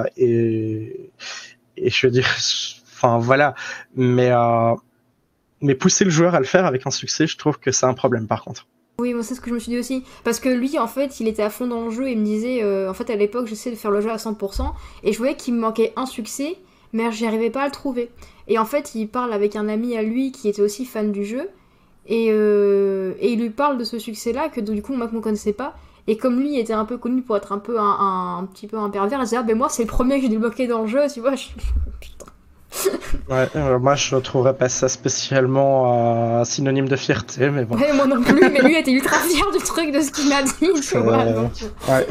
Speaker 2: et et je veux dire, enfin voilà, mais euh, mais pousser le joueur à le faire avec un succès, je trouve que c'est un problème par contre.
Speaker 1: Oui, moi c'est ce que je me suis dit aussi. Parce que lui, en fait, il était à fond dans le jeu et il me disait, euh, en fait, à l'époque, j'essayais de faire le jeu à cent pour cent et je voyais qu'il me manquait un succès, mais j'y arrivais pas à le trouver. Et en fait, il parle avec un ami à lui qui était aussi fan du jeu et, euh, et il lui parle de ce succès-là que du coup, moi, je ne connaissais pas. Et comme lui était un peu connu pour être un peu un, un, un petit peu un pervers, il disait, ah ben moi, c'est le premier que j'ai débloqué dans le jeu, tu vois. Je... Putain.
Speaker 2: Ouais, euh, moi je ne trouverais pas ça spécialement euh, synonyme de fierté, mais bon.
Speaker 1: Ouais, moi non plus, mais lui était ultra fier du truc, de ce qu'il m'a dit, tu
Speaker 2: C'est...
Speaker 1: vois. Donc,
Speaker 2: Ouais.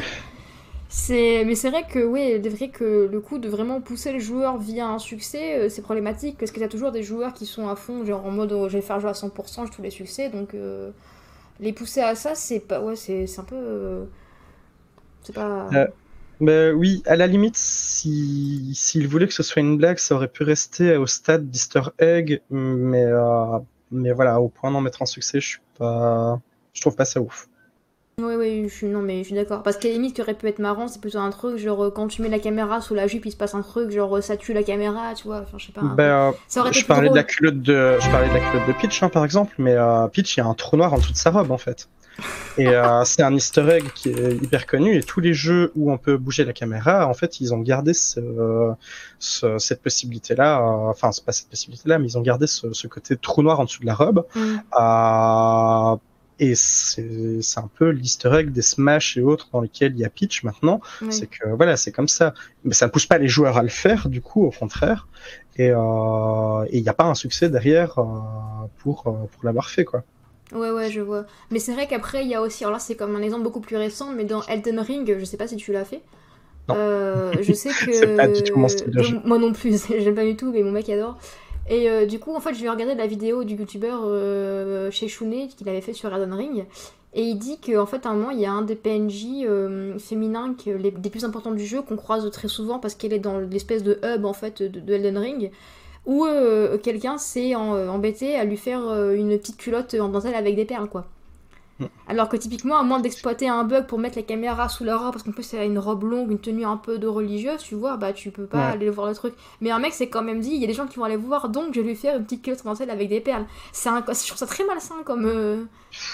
Speaker 1: c'est... Mais c'est vrai que, oui, c'est vrai que le coup de vraiment pousser le joueur via un succès, euh, c'est problématique, parce qu'il y a toujours des joueurs qui sont à fond, genre en mode oh, je vais faire jouer à cent pour cent, j'ai tous les succès, donc euh, les pousser à ça, c'est pas. Ouais, c'est, c'est un peu. euh, C'est pas.
Speaker 2: Euh, bah, oui, à la limite, si s'il voulait que ce soit une blague, ça aurait pu rester au stade d'Easter egg, mais euh, mais voilà, au point d'en mettre un succès, je suis pas, je trouve pas ça ouf.
Speaker 1: Oui, oui, je suis, non, mais je suis d'accord. Parce qu'à la limite, ce qui aurait pu être marrant, c'est plutôt un truc, genre, euh, quand tu mets la caméra sous la jupe, il se passe un truc, genre, euh, ça tue la caméra, tu vois, enfin, je sais pas, un
Speaker 2: Ben,
Speaker 1: peu.
Speaker 2: euh,
Speaker 1: Ça aurait été
Speaker 2: je
Speaker 1: plus
Speaker 2: parlais de la
Speaker 1: drôle.
Speaker 2: culotte de, je parlais de la culotte de Peach, hein, par exemple, mais euh, Peach, il y a un trou noir en dessous de sa robe, en fait. Et euh, c'est un easter egg qui est hyper connu, et tous les jeux où on peut bouger la caméra, en fait, ils ont gardé ce, ce- cette possibilité-là, euh, enfin, c'est pas cette possibilité-là, mais ils ont gardé ce, ce côté trou noir en dessous de la robe.
Speaker 1: Mm,
Speaker 2: Euh, et c'est c'est un peu l'easter egg des Smash et autres dans lesquels il y a Peach maintenant.
Speaker 1: oui.
Speaker 2: C'est que voilà, c'est comme ça. Mais ça ne pousse pas les joueurs à le faire, du coup, au contraire. Et euh, et il n'y a pas un succès derrière euh, pour, euh, pour l'avoir fait, quoi.
Speaker 1: Ouais, ouais, je vois. Mais c'est vrai qu'après, il y a aussi, alors là, c'est comme un exemple beaucoup plus récent, mais dans Elden Ring, je sais pas si tu l'as fait.
Speaker 2: Non,
Speaker 1: Euh, je sais
Speaker 2: c'est pas du tout mon
Speaker 1: que.
Speaker 2: style de
Speaker 1: de-
Speaker 2: jeu.
Speaker 1: Moi non plus, j'aime pas du tout, mais mon mec adore. Et euh, du coup, en fait, je vais regarder la vidéo du youtubeur euh, chez Shune qu'il avait fait sur Elden Ring. Et il dit qu'en fait, à un moment, il y a un des P N J euh, féminins que, les, des plus importants du jeu qu'on croise très souvent parce qu'elle est dans l'espèce de hub en fait de, de Elden Ring où euh, quelqu'un s'est en- euh, embêté à lui faire euh, une petite culotte en dentelle avec des perles, quoi. Alors que typiquement, à moins d'exploiter un bug pour mettre la caméra sous la robe, parce qu'en plus elle a une robe longue, une tenue un peu de religieuse, tu vois, bah tu peux pas
Speaker 2: Ouais.
Speaker 1: aller voir le truc. Mais un mec s'est quand même dit, il y a des gens qui vont aller voir, donc je vais lui faire une petite culotte dentelle avec des perles. C'est un, je trouve ça très malsain comme. euh,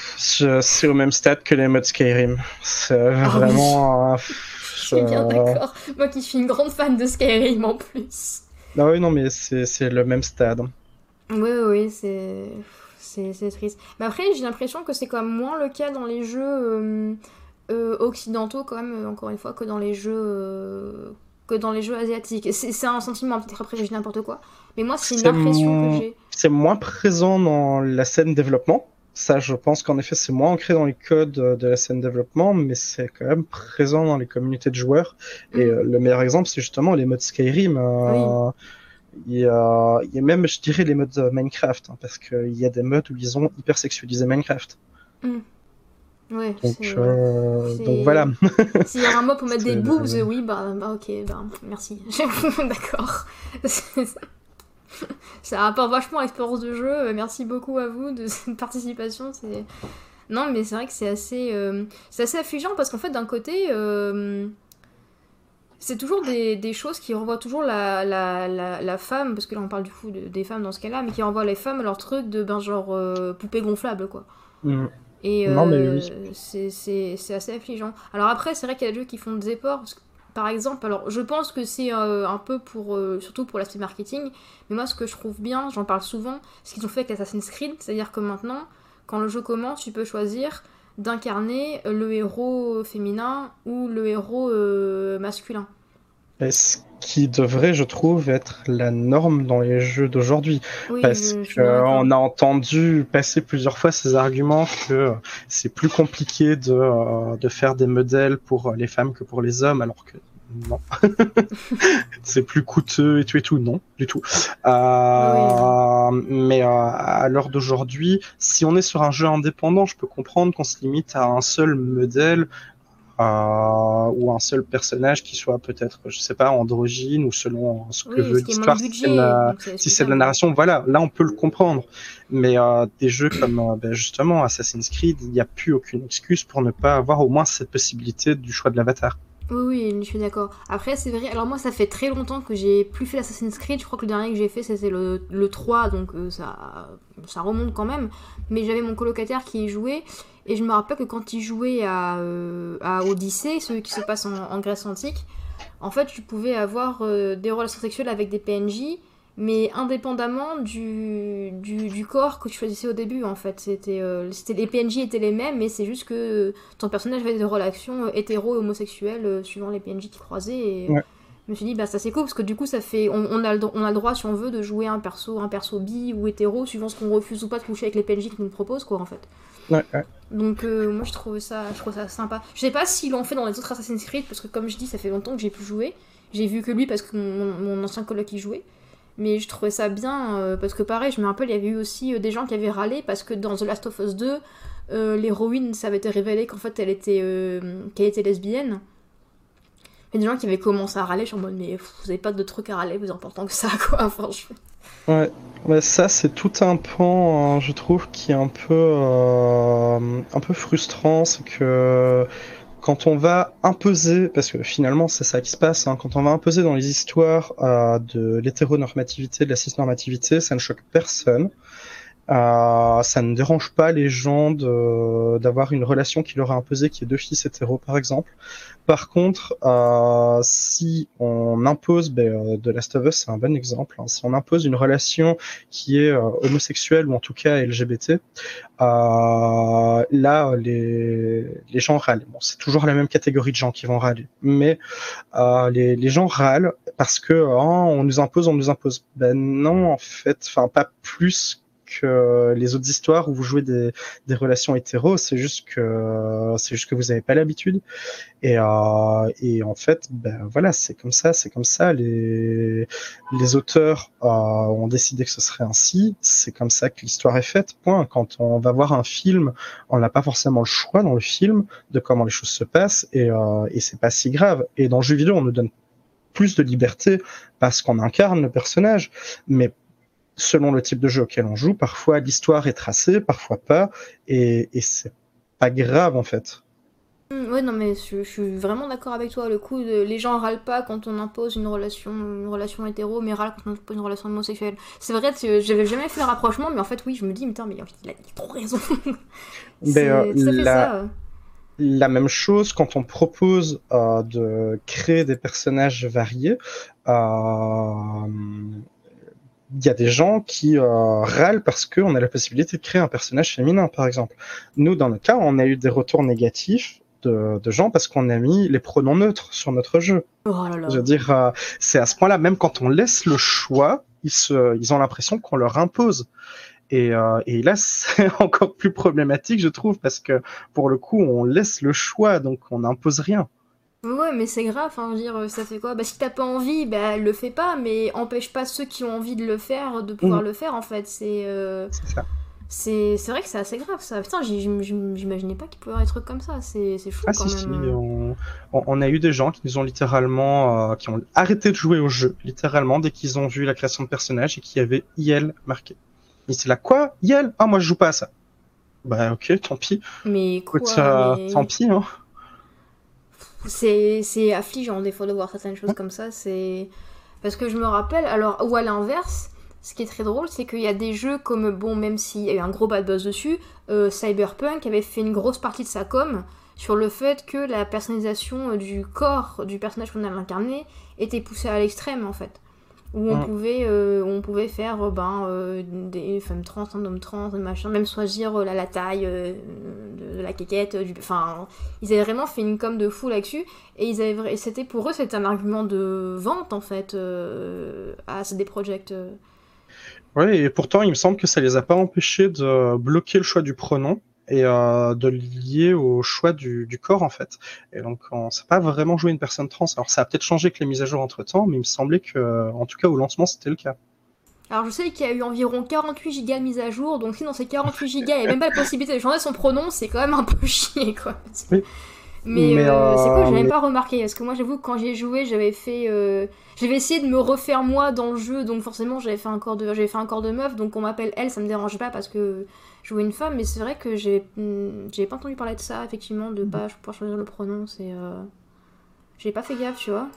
Speaker 2: Je- C'est au même stade que les modes Skyrim. C'est
Speaker 1: Ah oui,
Speaker 2: vraiment. euh,
Speaker 1: je
Speaker 2: je-
Speaker 1: suis bien d'accord. Moi qui suis une grande fan de Skyrim en plus.
Speaker 2: Ah oui, non, mais c'est c'est le même stade.
Speaker 1: Oui, oui, c'est. C'est c'est triste. Mais après, j'ai l'impression que c'est quand même moins le cas dans les jeux euh, euh, occidentaux, quand même, euh, encore une fois, que dans les jeux, euh, que dans les jeux asiatiques. C'est c'est un sentiment, peut-être après je dis n'importe quoi. Mais moi, c'est une
Speaker 2: C'est
Speaker 1: impression que
Speaker 2: mo-
Speaker 1: j'ai.
Speaker 2: c'est moins présent dans la scène développement. Ça, je pense qu'en effet, c'est moins ancré dans les codes de la scène développement, mais c'est quand même présent dans les communautés de joueurs. Et
Speaker 1: Hmm,
Speaker 2: euh, le meilleur exemple, c'est justement les modes Skyrim.
Speaker 1: oui,
Speaker 2: euh, Il y a, il y a même, je dirais, les modes euh, Minecraft, hein, parce qu'il y a des modes où ils ont hyper sexualisé Minecraft.
Speaker 1: hmm, ouais,
Speaker 2: Donc,
Speaker 1: c'est.
Speaker 2: euh, donc voilà.
Speaker 1: C'est. S'il y a un mot pour mettre des
Speaker 2: C'est-
Speaker 1: boobs, oui, bah, bah ok, bah merci. D'accord. Ça rapporte vachement à l'expérience de jeu. Euh, Merci beaucoup à vous de cette participation. C'est... Non, mais c'est vrai que c'est assez, euh, c'est assez affligeant parce qu'en fait, d'un côté, euh, c'est toujours des, des choses qui renvoient toujours la, la, la, la femme, parce que là on parle du coup de- des femmes dans ce cas-là, mais qui renvoient les femmes à leur truc de ben genre euh, poupée gonflable quoi.
Speaker 2: Mm.
Speaker 1: Et
Speaker 2: Non, mais oui.
Speaker 1: euh, c'est, c'est, c'est assez affligeant. Alors après, c'est vrai qu'il y a des jeux qui font des efforts. Parce que, par exemple, alors je pense que c'est euh, un peu pour, euh, surtout pour l'aspect marketing, mais moi ce que je trouve bien, j'en parle souvent, ce qu'ils ont fait avec Assassin's Creed, c'est-à-dire que maintenant, quand le jeu commence, tu peux choisir d'incarner le héros féminin ou le héros euh, masculin.
Speaker 2: Et ce qui devrait, je trouve, être la norme dans les jeux d'aujourd'hui.
Speaker 1: Oui,
Speaker 2: Parce
Speaker 1: je, je suis bien d'accord.
Speaker 2: qu'on a entendu passer plusieurs fois ces arguments que c'est plus compliqué de, euh, de faire des modèles pour les femmes que pour les hommes, alors que non. C'est plus coûteux et tout et tout, non, du tout.
Speaker 1: Oui,
Speaker 2: Euh, mais euh, à l'heure d'aujourd'hui, si on est sur un jeu indépendant, je peux comprendre qu'on se limite à un seul modèle euh, ou un seul personnage qui soit peut-être, je sais pas, androgyne ou selon ce que
Speaker 1: oui,
Speaker 2: veut
Speaker 1: ce qui est moins de
Speaker 2: l'histoire. Si c'est de
Speaker 1: budget,
Speaker 2: la,
Speaker 1: donc c'est
Speaker 2: si c'est de la
Speaker 1: excusable.
Speaker 2: narration, voilà, là on peut le comprendre. Mais euh, des jeux comme euh, ben, justement Assassin's Creed, il n'y a plus aucune excuse pour ne pas avoir au moins cette possibilité du choix de l'avatar.
Speaker 1: Oui, oui, je suis d'accord. Après, c'est vrai, alors moi, ça fait très longtemps que j'ai plus fait l'Assassin's Creed. Je crois que le dernier que j'ai fait, c'était le, le trois, donc euh, ça, ça remonte quand même. Mais j'avais mon colocataire qui y jouait, et je me rappelle que quand il jouait à, euh, à Odyssée, celui qui se passe en, en Grèce antique, en fait, tu pouvais avoir euh, des relations sexuelles avec des P N J, mais indépendamment du, du, du corps que tu choisissais au début, en fait. C'était, euh, c'était, les P N J étaient les mêmes, mais c'est juste que ton personnage avait des relations euh, hétéro et homosexuelles euh, suivant les P N J qui croisaient. Et
Speaker 2: Ouais.
Speaker 1: je me suis dit, bah ça c'est cool, parce que du coup, ça fait, on, on, a le, on a le droit, si on veut, de jouer un perso, un perso bi ou hétéro, suivant ce qu'on refuse ou pas de coucher avec les P N J qui nous proposent, quoi, en fait.
Speaker 2: Ouais, ouais.
Speaker 1: Donc euh, moi je trouve ça je trouve ça sympa. Je sais pas s'ils l'ont fait dans les autres Assassin's Creed parce que comme je dis ça fait longtemps que j'ai pu jouer. J'ai vu que lui parce que mon, mon ancien coloc y jouait. Mais je trouvais ça bien euh, parce que pareil je me rappelle il y avait eu aussi euh, des gens qui avaient râlé parce que dans The Last of Us deux euh, l'héroïne ça avait été révélé qu'en fait elle était, euh, qu'elle était lesbienne. Il y a des gens qui avaient commencé à râler, je suis en mode, mais pff, vous avez pas de trucs à râler plus important que ça, quoi. Enfin, je...
Speaker 2: Ouais, ouais, ça c'est tout un pan, hein, je trouve, qui est un peu, euh, un peu frustrant, c'est que quand on va imposer, parce que finalement c'est ça qui se passe, hein, quand on va imposer dans les histoires euh, de l'hétéronormativité, de la cisnormativité, ça ne choque personne. Euh, ça ne dérange pas les gens de, d'avoir une relation qui leur a imposé, qui est deux fils hétéros par exemple. Par contre, euh, si on impose, ben, euh, The Last of Us c'est un bon exemple, hein, si on impose une relation qui est euh, homosexuelle ou en tout cas L G B T, euh, là les, les gens râlent. Bon, c'est toujours la même catégorie de gens qui vont râler, mais euh, les, les gens râlent parce que oh, on nous impose, on nous impose. Ben non, en fait, enfin pas plus que les autres histoires où vous jouez des, des relations hétéros, c'est juste que c'est juste que vous n'avez pas l'habitude. Et, euh, et en fait, ben voilà, c'est comme ça, c'est comme ça. Les les auteurs euh, ont décidé que ce serait ainsi. C'est comme ça que l'histoire est faite. Point. Quand on va voir un film, on n'a pas forcément le choix dans le film de comment les choses se passent, et euh, et c'est pas si grave. Et dans le jeu vidéo, on nous donne plus de liberté parce qu'on incarne le personnage, mais selon le type de jeu auquel on joue, parfois l'histoire est tracée, parfois pas, et, et c'est pas grave en fait.
Speaker 1: Mmh, ouais, non, mais je, je suis vraiment d'accord avec toi. Le coup de les gens râlent pas quand on impose une relation, une relation hétéro, mais râlent quand on impose une relation homosexuelle. C'est vrai que j'avais jamais fait le rapprochement, mais en fait, oui, je me dis, mais putain, mais il a, il a trop raison. C'est
Speaker 2: euh,
Speaker 1: tout à fait
Speaker 2: la,
Speaker 1: ça.
Speaker 2: la même chose quand on propose euh, de créer des personnages variés. Euh, il y a des gens qui euh, râlent parce qu'on a la possibilité de créer un personnage féminin, par exemple. Nous, dans notre cas, on a eu des retours négatifs de, de gens parce qu'on a mis les pronoms neutres sur notre jeu.
Speaker 1: Oh là là.
Speaker 2: Je veux dire, euh, c'est à ce point-là, même quand on laisse le choix, ils, se, ils ont l'impression qu'on leur impose. Et, euh, et là, c'est encore plus problématique, je trouve, parce que pour le coup, on laisse le choix, donc on n'impose rien.
Speaker 1: Ouais, mais c'est grave, hein, je veux dire, ça fait quoi? Bah, si t'as pas envie, bah, le fais pas, mais empêche pas ceux qui ont envie de le faire de pouvoir
Speaker 2: Mmh.
Speaker 1: le faire, en fait. C'est euh,
Speaker 2: C'est ça.
Speaker 1: c'est c'est vrai que c'est assez grave, ça. Putain, j'im- j'im- j'imaginais pas qu'il pouvait y avoir des trucs comme ça. C'est c'est fou,
Speaker 2: Ah
Speaker 1: quand
Speaker 2: si, si,
Speaker 1: même.
Speaker 2: on, on- on a eu des gens qui nous ont littéralement, euh, qui ont arrêté de jouer au jeu, littéralement, dès qu'ils ont vu la création de personnages et qui avait I L marqué. Et c'est là, quoi? I L? Ah, moi je joue pas à ça. Bah ok, tant pis.
Speaker 1: Mais
Speaker 2: Écoute,
Speaker 1: quoi?
Speaker 2: euh,
Speaker 1: Mais...
Speaker 2: tant pis, hein.
Speaker 1: C'est c'est affligeant, des fois, de voir certaines choses comme ça. C'est... Parce que je me rappelle, alors, ou à l'inverse, ce qui est très drôle, c'est qu'il y a des jeux comme, bon, même s'il y a eu un gros bad buzz dessus, euh, Cyberpunk avait fait une grosse partie de sa com sur le fait que la personnalisation du corps du personnage qu'on avait incarné était poussée à l'extrême, en fait. Où on,
Speaker 2: Mm.
Speaker 1: pouvait, euh, on pouvait faire euh, ben, euh, des femmes trans, un homme trans, machin, même choisir euh, la, la taille euh, de, de la quéquette. Du... Enfin, ils avaient vraiment fait une com de fou là-dessus. Et ils avaient, c'était, pour eux, c'était un argument de vente, en fait, euh, à C D Projekt. Euh.
Speaker 2: Ouais, et pourtant, il me semble que ça les a pas empêchés de bloquer le choix du pronom et euh, de le lier au choix du, du corps, en fait. Et donc, on sait pas vraiment jouer une personne trans. Alors, ça a peut-être changé avec les mises à jour entre-temps, mais il me semblait que, en tout cas, au lancement, c'était le cas.
Speaker 1: Alors je sais qu'il y a eu environ quarante-huit gigas de mise à jour, donc si dans ces quarante-huit gigas, il n'y a même pas la possibilité de changer son pronom, c'est quand même un peu chier, quoi.
Speaker 2: Oui.
Speaker 1: Mais,
Speaker 2: Mais,
Speaker 1: euh, c'est quoi,
Speaker 2: euh,
Speaker 1: j'avais même
Speaker 2: mais-
Speaker 1: pas remarqué, parce que moi j'avoue que quand j'y ai joué, j'avais fait... euh, J'avais essayé de me refaire moi dans le jeu, donc forcément j'avais fait un corps de, j'avais fait un corps de meuf, donc on m'appelle elle, ça me dérange pas parce que je jouais une femme, mais c'est vrai que j'ai j'avais pas entendu parler de ça, effectivement, de pas pouvoir choisir le pronom, c'est... Euh... J'ai pas fait gaffe, tu vois.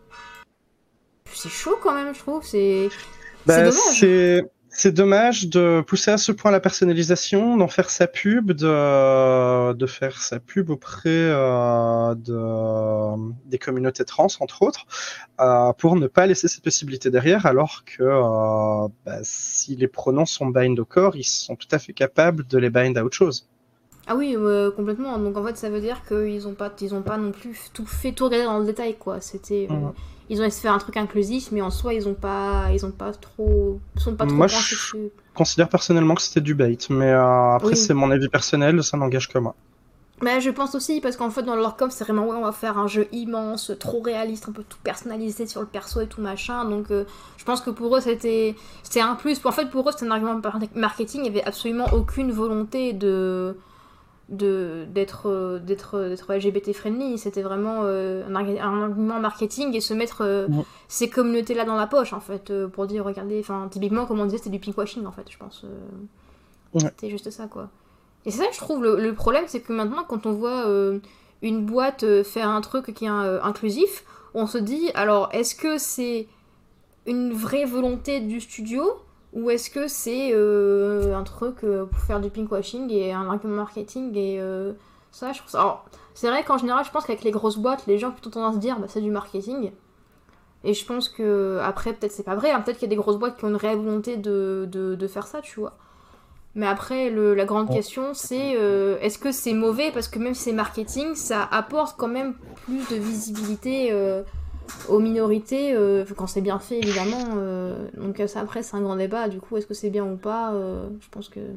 Speaker 1: C'est chaud quand même, je trouve, c'est...
Speaker 2: Bah,
Speaker 1: c'est dommage.
Speaker 2: c'est c'est dommage de pousser à ce point la personnalisation, d'en faire sa pub, de de faire sa pub auprès euh, de des communautés trans entre autres, euh, pour ne pas laisser cette possibilité derrière, alors que euh, bah, si les pronoms sont bind au corps, ils sont tout à fait capables de les bind à autre chose.
Speaker 1: Ah oui, euh, complètement. Donc en fait, ça veut dire qu'ils ont pas, ils ont pas non plus tout fait, tout regarder dans le détail, quoi. C'était, euh,
Speaker 2: Mhm.
Speaker 1: ils ont essayé de faire un truc inclusif, mais en soi, ils ont pas, ils ont pas trop, sont pas trop
Speaker 2: Moi,
Speaker 1: penchés
Speaker 2: je
Speaker 1: dessus.
Speaker 2: considère personnellement que c'était du bait, mais euh, après
Speaker 1: Oui.
Speaker 2: c'est mon avis personnel, ça n'engage que moi.
Speaker 1: Mais je pense aussi parce qu'en fait dans leur com c'est vraiment ouais on va faire un jeu immense, trop réaliste, un peu tout personnalisé sur le perso et tout machin. Donc euh, je pense que pour eux c'était c'était un plus. En fait pour eux c'était un argument marketing. Il y avait absolument aucune volonté de de d'être euh, d'être d'être L G B T friendly, c'était vraiment euh, un, arg- un argument marketing et se mettre euh,
Speaker 2: Ouais.
Speaker 1: ces communautés là dans la poche en fait euh, pour dire regardez, enfin typiquement comme on disait c'était du pinkwashing en fait, je pense euh,
Speaker 2: Ouais.
Speaker 1: c'était juste ça quoi. Et c'est ça que je trouve le, le problème, c'est que maintenant quand on voit euh, une boîte euh, faire un truc qui est euh, inclusif, on se dit alors est-ce que c'est une vraie volonté du studio ou est-ce que c'est euh, un truc euh, pour faire du pinkwashing et un argument marketing et euh, ça je trouve ça. Alors c'est vrai qu'en général je pense qu'avec les grosses boîtes les gens ont plutôt tendance à se dire bah, c'est du marketing et je pense que après peut-être c'est pas vrai hein, peut-être qu'il y a des grosses boîtes qui ont une réelle volonté de, de, de faire ça tu vois mais après le, la grande
Speaker 2: Ouais.
Speaker 1: question c'est euh, est-ce que c'est mauvais parce que même si c'est marketing ça apporte quand même plus de visibilité euh, aux minorités, euh, quand c'est bien fait évidemment. Euh, donc ça après c'est un grand débat. Du coup est-ce que c'est bien ou pas euh, Je pense que.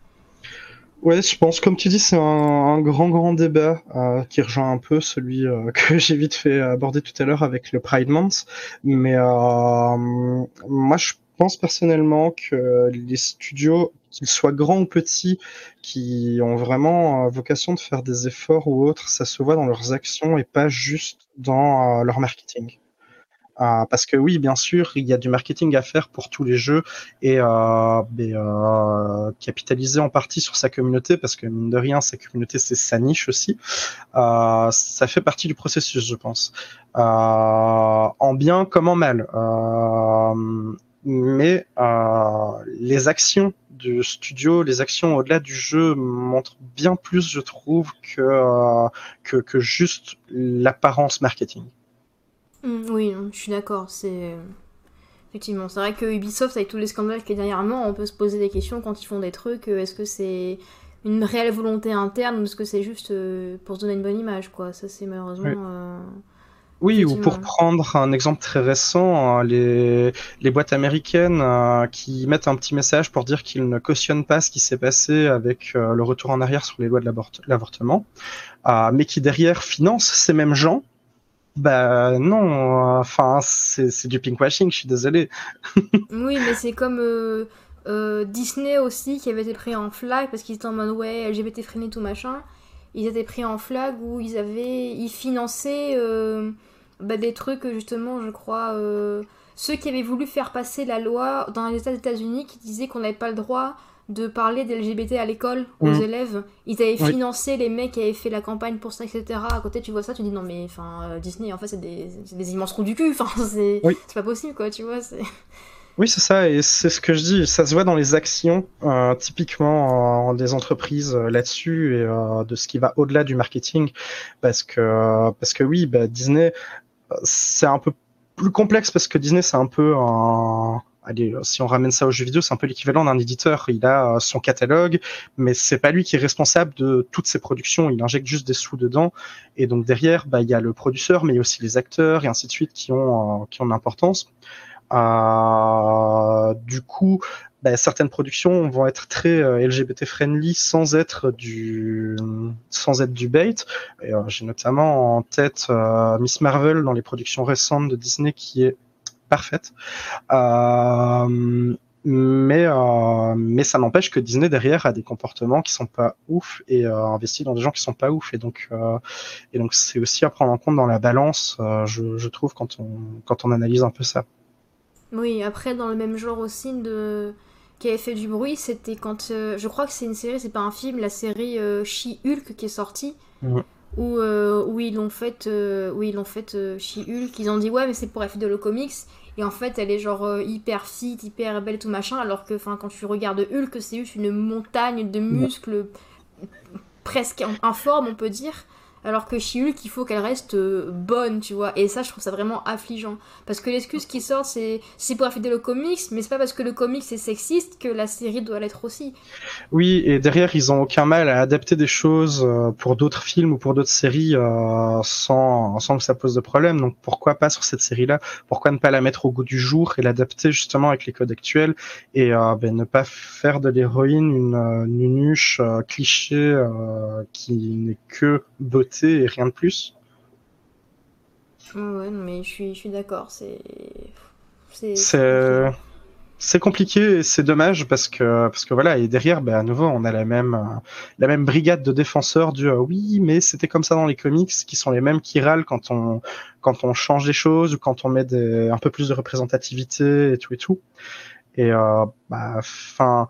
Speaker 2: Ouais, je pense, comme tu dis, c'est un, un grand, grand débat euh, qui rejoint un peu celui euh, que j'ai vite fait aborder tout à l'heure avec le Pride Month. Mais euh, moi, je pense personnellement que les studios, qu'ils soient grands ou petits, qui ont vraiment euh, vocation de faire des efforts ou autres, ça se voit dans leurs actions et pas juste dans euh, leur marketing. Euh, parce que oui, bien sûr, il y a du marketing à faire pour tous les jeux et euh, mais, euh, capitaliser en partie sur sa communauté, parce que mine de rien, sa communauté, c'est sa niche aussi. Euh, ça fait partie du processus, je pense. Euh, en bien comme en mal. Euh, mais euh, les actions du studio, les actions au-delà du jeu montrent bien plus, je trouve, que, euh, que, que juste l'apparence marketing.
Speaker 1: Mm, oui, non, je suis d'accord. C'est effectivement, c'est vrai que Ubisoft avec tous les scandales qu'il y a dernièrement, on peut se poser des questions quand ils font des trucs. euh, Est-ce que c'est une réelle volonté interne ou est-ce que c'est juste euh, pour se donner une bonne image quoi Ça c'est malheureusement. Euh,
Speaker 2: Oui, ou pour
Speaker 1: Effectivement.
Speaker 2: prendre un exemple très récent, euh, les, les boîtes américaines euh, qui mettent un petit message pour dire qu'ils ne cautionnent pas ce qui s'est passé avec euh, le retour en arrière sur les lois de l'abort- l'avortement, euh, mais qui derrière financent ces mêmes gens. Bah non, euh, enfin c'est c'est du pinkwashing, je suis désolé.
Speaker 1: Oui, mais c'est comme euh, euh, Disney aussi qui avait été pris en flag parce qu'ils étaient en mode ouais L G B T friendly tout machin. Ils étaient pris en flag où ils avaient ils finançaient euh, bah, des trucs justement je crois euh, ceux qui avaient voulu faire passer la loi dans les États États-Unis qui disaient qu'on n'avait pas le droit de parler d'L G B T à l'école aux
Speaker 2: Mm,
Speaker 1: élèves. Ils avaient
Speaker 2: oui,
Speaker 1: financé les mecs qui avaient fait la campagne pour ça et cetera. À côté tu vois ça tu dis non mais enfin euh, Disney en fait c'est des, c'est des immenses trous du cul. Enfin c'est
Speaker 2: oui.
Speaker 1: c'est pas possible quoi tu vois c'est.
Speaker 2: Oui, c'est ça, et c'est ce que je dis, ça se voit dans les actions, euh, typiquement euh, des entreprises euh, là-dessus, et euh, de ce qui va au-delà du marketing, parce que parce que oui, bah, Disney, euh, c'est un peu plus complexe, parce que Disney, c'est un peu un... Allez, si on ramène ça aux jeux vidéo, c'est un peu l'équivalent d'un éditeur. Il a euh, son catalogue, mais c'est pas lui qui est responsable de toutes ses productions. Il injecte juste des sous dedans, et donc derrière, bah, il y a le producteur, mais il y a aussi les acteurs, et ainsi de suite, qui ont euh, qui ont de l'importance. Euh, du coup, bah, certaines productions vont être très euh, L G B T friendly sans être du sans être du bait. Et, euh, j'ai notamment en tête euh, Miss Marvel dans les productions récentes de Disney qui est parfaite. Euh, mais euh, mais ça n'empêche que Disney derrière a des comportements qui sont pas ouf et euh, investit dans des gens qui sont pas ouf, et donc euh, et donc c'est aussi à prendre en compte dans la balance, euh, je, je trouve, quand on quand on analyse un peu ça.
Speaker 1: Oui, après, dans le même genre aussi de... qui avait fait du bruit, c'était quand. Euh, je crois que c'est une série, c'est pas un film, la série euh, She-Hulk qui est sortie,
Speaker 2: Mhm.
Speaker 1: où, euh, où ils l'ont fait, euh, où ils l'ont fait euh, She-Hulk. Ils ont dit, ouais, mais c'est pour F de le comics. Et en fait, elle est genre euh, hyper fit, hyper belle, tout machin. Alors que quand tu regardes Hulk, c'est juste une montagne de
Speaker 2: Ouais.
Speaker 1: muscles presque informe, on peut dire. Alors que She-Hulk, il faut qu'elle reste euh, bonne, tu vois. Et ça, je trouve ça vraiment affligeant. Parce que l'excuse qui sort, c'est c'est pour affiner le comics, mais c'est pas parce que le comics est sexiste que la série doit l'être aussi.
Speaker 2: Oui, et derrière, ils ont aucun mal à adapter des choses euh, pour d'autres films ou pour d'autres séries euh, sans, sans que ça pose de problème. Donc pourquoi pas sur cette série-là? Pourquoi ne pas la mettre au goût du jour et l'adapter justement avec les codes actuels, et euh, ben, ne pas faire de l'héroïne une euh, nunuche euh, cliché euh, qui n'est que beauté et rien de plus?
Speaker 1: Ouais, ouais, non, mais je suis, je suis d'accord, c'est. C'est c'est
Speaker 2: C'est
Speaker 1: compliqué.
Speaker 2: C'est compliqué et c'est dommage parce que parce que voilà, et derrière bah à nouveau on a la même euh, la même brigade de défenseurs du euh, oui mais c'était comme ça dans les comics, qui sont les mêmes qui râlent quand on quand on change des choses ou quand on met des, un peu plus de représentativité et tout et tout. Et euh, bah enfin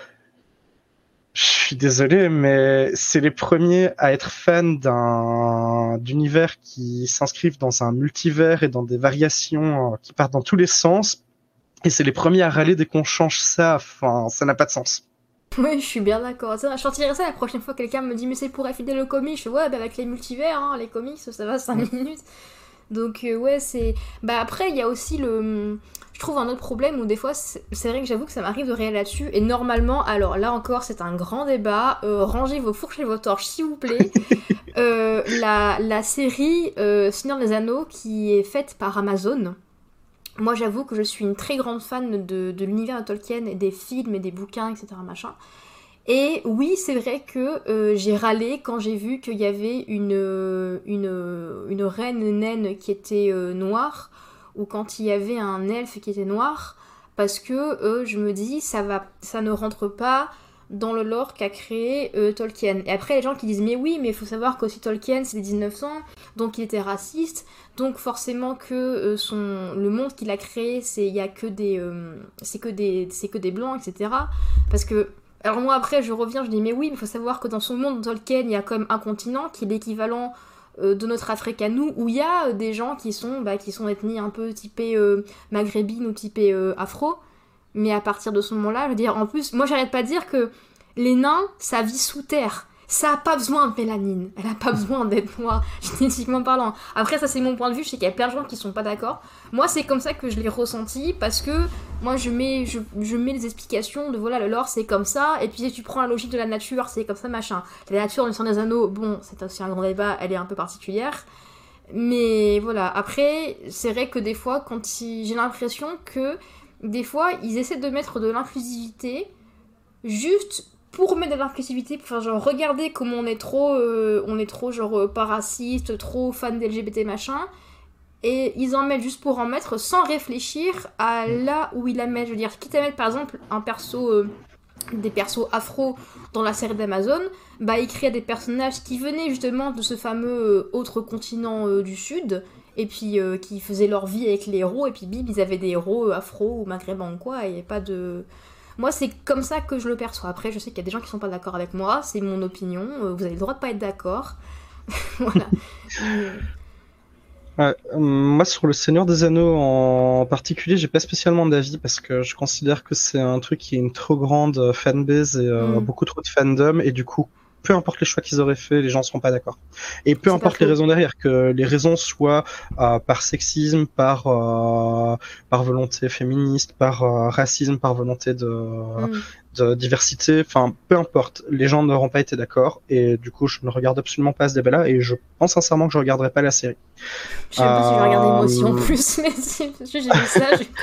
Speaker 2: je suis désolé, mais c'est les premiers à être fans d'un d'univers qui s'inscrivent dans un multivers et dans des variations euh, qui partent dans tous les sens. Et c'est les premiers à râler dès qu'on change ça. Enfin, ça n'a pas de sens.
Speaker 1: Oui, je suis bien d'accord. Ça, je sortirai ça la prochaine fois que quelqu'un me dit mais c'est pour affiner le comic. Je fais ouais, bah avec les multivers, hein, les comics, ça va cinq minutes. Donc euh, ouais, c'est... Bah après, il y a aussi le... Je trouve un autre problème où des fois, c'est c'est vrai que j'avoue que ça m'arrive de réagir là-dessus. Et normalement, alors là encore, c'est un grand débat. Euh, rangez vos fourches et vos torches, s'il vous plaît. Euh, la, la série euh, Seigneur des Anneaux, qui est faite par Amazon... Moi, j'avoue que je suis une très grande fan de, de l'univers de Tolkien, et des films et des bouquins, et cetera. Machin. Et oui, c'est vrai que euh, j'ai râlé quand j'ai vu qu'il y avait une, une, une reine naine qui était euh, noire, ou quand il y avait un elfe qui était noir, parce que euh, je me dis, ça, va, ça ne rentre pas dans le lore qu'a créé euh, Tolkien. Et après, les gens qui disent, mais oui, mais il faut savoir qu'aussi Tolkien, c'est les dix-neuf cents, donc il était raciste, donc forcément que euh, son, le monde qu'il a créé, c'est, y a que des, euh, c'est, que des, c'est que des blancs, et cetera. Parce que, alors moi après, je reviens, je dis, mais oui, mais il faut savoir que dans son monde, Tolkien, il y a quand même un continent qui est l'équivalent euh, de notre Afrique à nous, où il y a euh, des gens qui sont, bah, qui sont d'ethnie un peu typée euh, maghrébine ou typée euh, afro. Mais à partir de ce moment-là, je veux dire, en plus, moi j'arrête pas de dire que les nains, ça vit sous terre. Ça a pas besoin de mélanine. Elle a pas besoin d'être noire, génétiquement parlant. Après, ça c'est mon point de vue, je sais qu'il y a plein de gens qui sont pas d'accord. Moi, c'est comme ça que je l'ai ressenti, parce que moi je mets, je, je mets les explications de voilà, le lore c'est comme ça, et puis si tu prends la logique de la nature, c'est comme ça, machin. La nature, le Seigneur des Anneaux, bon, c'est aussi un grand débat, elle est un peu particulière. Mais voilà, après, c'est vrai que des fois, quand il... j'ai l'impression que des fois, ils essaient de mettre de l'inclusivité juste pour mettre de l'inclusivité, pour faire genre, regardez comment on est trop, euh, on est trop genre euh, pas raciste, trop fan d'L G B T machin, et ils en mettent juste pour en mettre sans réfléchir à là où ils la mettent. Je veux dire, quitte à mettre par exemple un perso, euh, des persos afro dans la série d'Amazon, bah ils créaient des personnages qui venaient justement de ce fameux euh, autre continent euh, du sud, et puis euh, qui faisaient leur vie avec les héros, et puis bim, ils avaient des héros euh, afro ou maghrébins ou quoi, et pas de... Moi, c'est comme ça que je le perçois. Après, je sais qu'il y a des gens qui sont pas d'accord avec moi, c'est mon opinion, euh, vous avez le droit de pas être d'accord. Voilà.
Speaker 2: Ouais, euh, moi, sur le Seigneur des Anneaux en particulier, j'ai pas spécialement d'avis parce que je considère que c'est un truc qui a une trop grande euh, fanbase et euh,
Speaker 1: Mm.
Speaker 2: beaucoup trop de fandom, et du coup, peu importe les choix qu'ils auraient fait, les gens seront pas d'accord. Et peu
Speaker 1: C'est pas
Speaker 2: importe les
Speaker 1: faux.
Speaker 2: raisons derrière, que les raisons soient euh, par sexisme, par euh, par volonté féministe, par euh, racisme, par volonté de
Speaker 1: Mm.
Speaker 2: de diversité, enfin peu importe, les gens n'auront pas été d'accord, et du coup je ne regarde absolument pas ce débat-là, et je pense sincèrement que je regarderai pas la série.
Speaker 1: Je sais même pas si je vais regarder moi aussi en
Speaker 2: Euh,
Speaker 1: plus, mais si j'ai vu ça, j'ai...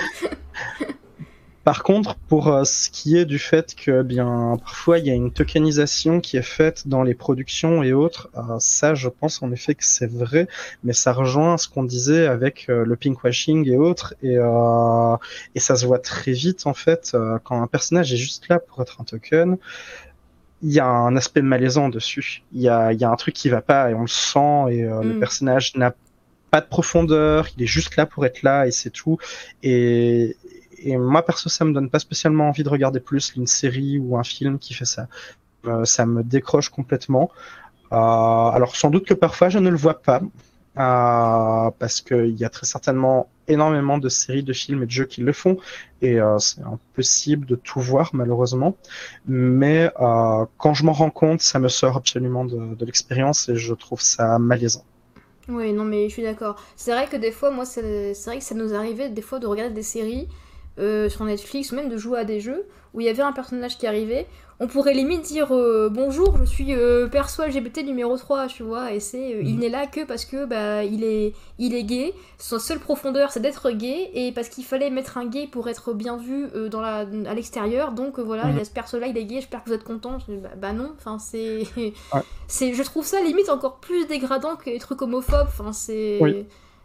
Speaker 2: Par contre, pour euh, ce qui est du fait que eh bien parfois il y a une tokenisation qui est faite dans les productions et autres, euh, ça je pense en effet que c'est vrai, mais ça rejoint ce qu'on disait avec euh, le pinkwashing et autres, et euh, et ça se voit très vite en fait euh, quand un personnage est juste là pour être un token. Il y a un aspect malaisant dessus. Il y a, il y a un truc qui va pas et on le sent, et euh, le
Speaker 1: Mm.
Speaker 2: personnage n'a pas de profondeur, il est juste là pour être là et c'est tout. Et, et moi perso, ça me donne pas spécialement envie de regarder plus une série ou un film qui fait ça. Euh, ça me décroche complètement. Euh, alors sans doute que parfois je ne le vois pas, euh, parce qu'il y a très certainement énormément de séries, de films et de jeux qui le font, et euh, c'est impossible de tout voir malheureusement. Mais euh, quand je m'en rends compte, ça me sort absolument de, de l'expérience et je trouve ça malaisant.
Speaker 1: Oui, non, mais je suis d'accord. C'est vrai que des fois, moi, c'est c'est vrai que ça nous arrivait des fois de regarder des séries euh, sur Netflix, ou même de jouer à des jeux où il y avait un personnage qui arrivait. On pourrait limite dire euh, bonjour, je suis euh, perso L G B T numéro trois, tu vois, et c'est euh, il n'est là que parce que bah il est il est gay. Son seule profondeur c'est d'être gay, et parce qu'il fallait mettre un gay pour être bien vu euh, dans la à l'extérieur. Donc euh, voilà, il y a ce perso là, il est gay, j'espère que vous êtes contents. Je dis, Bah, bah non, enfin c'est
Speaker 2: Ouais.
Speaker 1: c'est je trouve ça limite encore plus dégradant que les trucs homophobes. Enfin
Speaker 2: Oui.
Speaker 1: c'est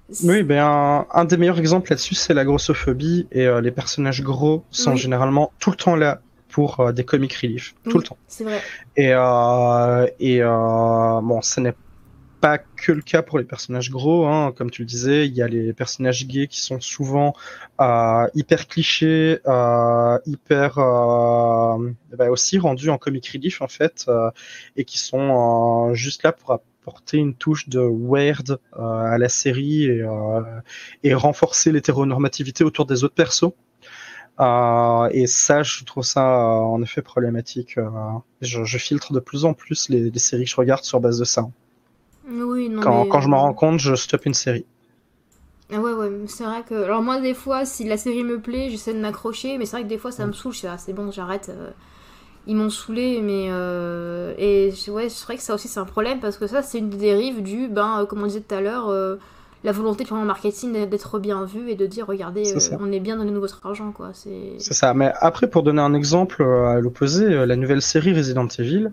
Speaker 2: Oui, ben un, un des meilleurs exemples là-dessus, c'est la grossophobie et euh, les personnages gros sont
Speaker 1: Oui,
Speaker 2: généralement tout le temps là pour euh, des comic relief, tout le
Speaker 1: oui,
Speaker 2: temps.
Speaker 1: c'est vrai.
Speaker 2: Et euh, et euh, bon, ce n'est pas que le cas pour les personnages gros, hein. Comme tu le disais, il y a les personnages gays qui sont souvent euh, hyper clichés, euh, hyper euh, bah aussi rendus en comic relief en fait, euh, et qui sont euh, juste là pour apporter une touche de weird euh, à la série et, euh, et renforcer l'hétéronormativité autour des autres persos. Euh, et ça, je trouve ça euh, en effet problématique. Euh, je, je filtre de plus en plus les, les séries que je regarde sur base de ça.
Speaker 1: Oui, non
Speaker 2: Quand,
Speaker 1: mais...
Speaker 2: quand je m'en
Speaker 1: euh,
Speaker 2: rends compte, je stoppe une série.
Speaker 1: ah ouais, ouais, c'est vrai que... Alors moi, des fois, si la série me plaît, j'essaie de m'accrocher, mais c'est vrai que des fois, ça me saoule, je fais, ah, c'est bon, j'arrête. euh, Ils m'ont saoulé, mais... euh, Et ouais, c'est vrai que ça aussi, c'est un problème, parce que ça, c'est une des dérives du, ben, euh, comme on disait tout à l'heure, euh, la volonté de faire un marketing d'être bien vu et de dire, regardez,
Speaker 2: C'est
Speaker 1: euh,
Speaker 2: ça.
Speaker 1: on est bien, donnez-nous votre argent, quoi. C'est...
Speaker 2: C'est ça. Mais après, pour donner un exemple euh, à l'opposé, euh, la nouvelle série Resident Evil,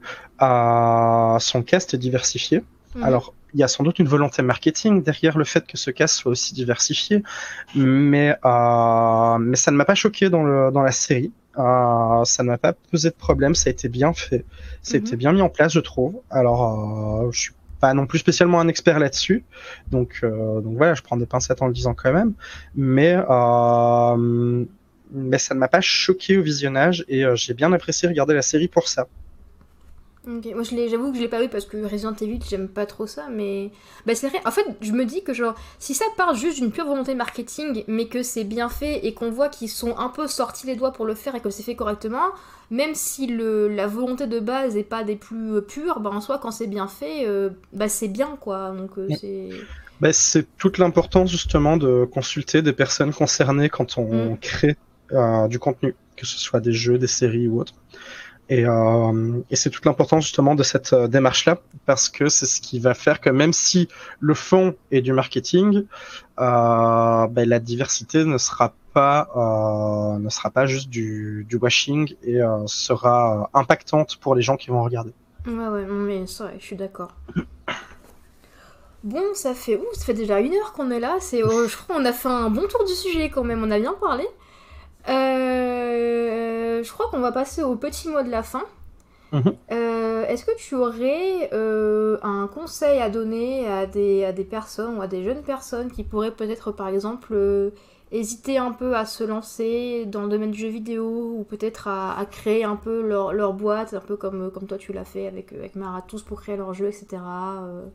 Speaker 2: a son cast est diversifié.
Speaker 1: Mhm,
Speaker 2: Alors, il y a sans doute une volonté marketing derrière le fait que ce cast soit aussi diversifié, mais, euh, mais ça ne m'a pas choqué dans, le, dans la série. Euh, ça ne m'a pas posé de problème, ça a été bien fait, ça a été
Speaker 1: mhm.
Speaker 2: bien mis en place, je trouve. Alors, euh, je suis pas non plus spécialement un expert là-dessus, donc, euh, donc voilà, je prends des pincettes en le disant quand même, mais euh, mais ça ne m'a pas choqué au visionnage et euh, j'ai bien apprécié regarder la série pour ça.
Speaker 1: Ok, moi je l'ai- j'avoue que je l'ai pas vu parce que Resident Evil j'aime pas trop ça, mais bah c'est vrai. En fait, je me dis que genre si ça part juste d'une pure volonté marketing, mais que c'est bien fait et qu'on voit qu'ils sont un peu sortis les doigts pour le faire et que c'est fait correctement, même si le, la volonté de base est pas des plus euh, pures, bah en soi quand c'est bien fait, euh, bah c'est bien quoi. Donc euh, c'est.
Speaker 2: Ben, c'est toute l'importance justement de consulter des personnes concernées quand on
Speaker 1: Mm.
Speaker 2: crée euh, du contenu, que ce soit des jeux, des séries ou autre. Et, euh, et c'est toute l'importance justement de cette euh, démarche-là, parce que c'est ce qui va faire que même si le fond est du marketing, euh, ben, la diversité ne sera pas euh, ne sera pas juste du, du washing et euh, sera euh, impactante pour les gens qui vont regarder.
Speaker 1: Ouais ouais, non mais c'est vrai, je suis d'accord. Bon, ça fait ouh, ça fait déjà une heure qu'on est là. C'est, oh, je crois qu'on a fait un bon tour du sujet quand même. On a bien parlé. Euh, je crois qu'on va passer au petit mot de la fin.
Speaker 2: Mhm.
Speaker 1: Euh, est-ce que tu aurais euh, un conseil à donner à des, à des personnes ou à des jeunes personnes qui pourraient peut-être par exemple euh, hésiter un peu à se lancer dans le domaine du jeu vidéo ou peut-être à, à créer un peu leur, leur boîte, un peu comme, comme toi tu l'as fait avec, avec Marathous pour créer leur jeu, et cetera euh.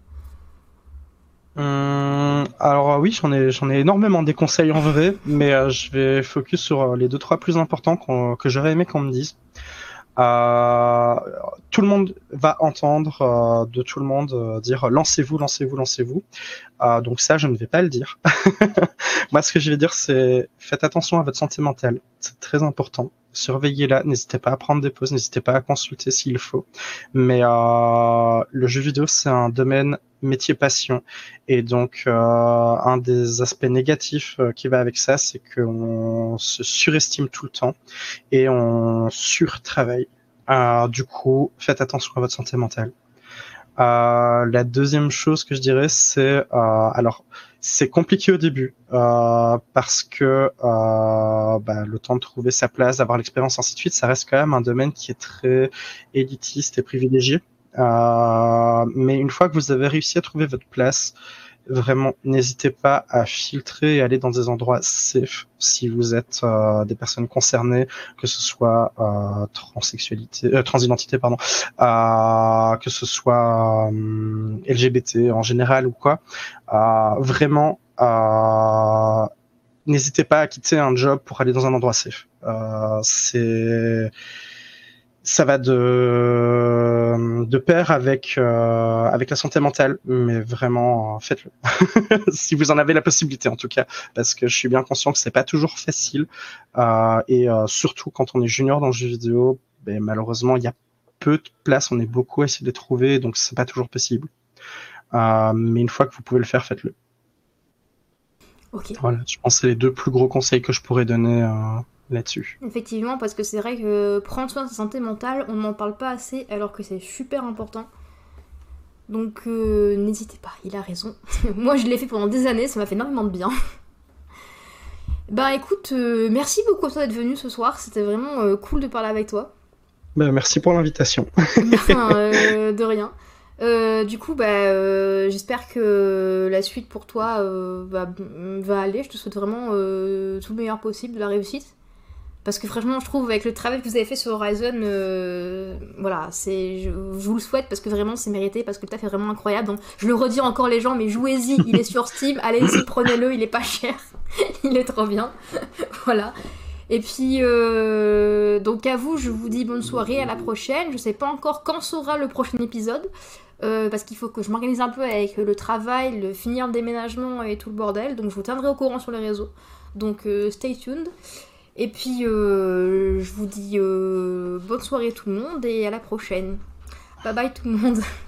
Speaker 2: Hum, alors euh, oui, j'en ai j'en ai énormément des conseils en vrai, mais euh, je vais focus sur euh, les deux trois plus importants qu'on- que j'aurais aimé qu'on me dise. Euh, Tout le monde va entendre euh, de tout le monde euh, dire lancez-vous, lancez-vous, lancez-vous. Euh, donc ça, je ne vais pas le dire. Moi, ce que je vais dire, c'est faites attention à votre santé mentale. C'est très important. Surveillez-la. N'hésitez pas à prendre des pauses. N'hésitez pas à consulter s'il faut. Mais euh, le jeu vidéo, c'est un domaine métier passion. Et donc, euh, un des aspects négatifs euh, qui va avec ça, c'est qu'on se surestime tout le temps et on surtravaille. Euh, du coup, faites attention à votre santé mentale. Euh, la deuxième chose que je dirais, c'est euh, alors c'est compliqué au début euh, parce que euh, bah, le temps de trouver sa place, d'avoir l'expérience, ainsi de suite, ça reste quand même un domaine qui est très élitiste et privilégié. Euh, mais une fois que vous avez réussi à trouver votre place, vraiment, n'hésitez pas à filtrer et aller dans des endroits safe si vous êtes euh, des personnes concernées, que ce soit euh, transsexualité, euh, transidentité, pardon, euh, que ce soit euh, L G B T en général ou quoi. Euh, vraiment, euh, n'hésitez pas à quitter un job pour aller dans un endroit safe. Euh, c'est ça va de de pair avec euh, avec la santé mentale, mais vraiment euh, faites-le si vous en avez la possibilité en tout cas, parce que je suis bien conscient que c'est pas toujours facile euh, et euh, surtout quand on est junior dans le jeu vidéo, ben, malheureusement il y a peu de place, on est beaucoup à essayer de les trouver, donc c'est pas toujours possible. Euh, mais une fois que vous pouvez le faire, faites-le.
Speaker 1: Ok.
Speaker 2: Voilà, je pense que c'est les deux plus gros conseils que je pourrais donner euh, là-dessus.
Speaker 1: Effectivement, parce que c'est vrai que prendre soin de sa santé mentale, on n'en parle pas assez alors que c'est super important. Donc euh, n'hésitez pas, il a raison. Moi je l'ai fait pendant des années, ça m'a fait énormément de bien. Bah écoute, euh, merci beaucoup à toi d'être venu ce soir, c'était vraiment euh, cool de parler avec toi.
Speaker 2: Ben, merci pour l'invitation.
Speaker 1: Enfin, euh, de rien. Euh, du coup, bah, euh, j'espère que la suite pour toi euh, va, va aller. Je te souhaite vraiment euh, tout le meilleur possible, de la réussite. Parce que franchement, je trouve avec le travail que vous avez fait sur Horizon, euh, voilà, c'est, je, je vous le souhaite parce que vraiment c'est mérité, parce que le taf est vraiment incroyable. Donc je le redis encore les gens, mais jouez-y, il est sur Steam, allez-y, prenez-le, il est pas cher, il est trop bien. Voilà. Et puis, euh, donc à vous, je vous dis bonne soirée, à la prochaine. Je sais pas encore quand sera le prochain épisode, euh, parce qu'il faut que je m'organise un peu avec le travail, le finir le déménagement et tout le bordel. Donc je vous tiendrai au courant sur les réseaux. Donc euh, stay tuned. Et puis, euh, je vous dis euh, bonne soirée tout le monde et à la prochaine. Bye bye tout le monde.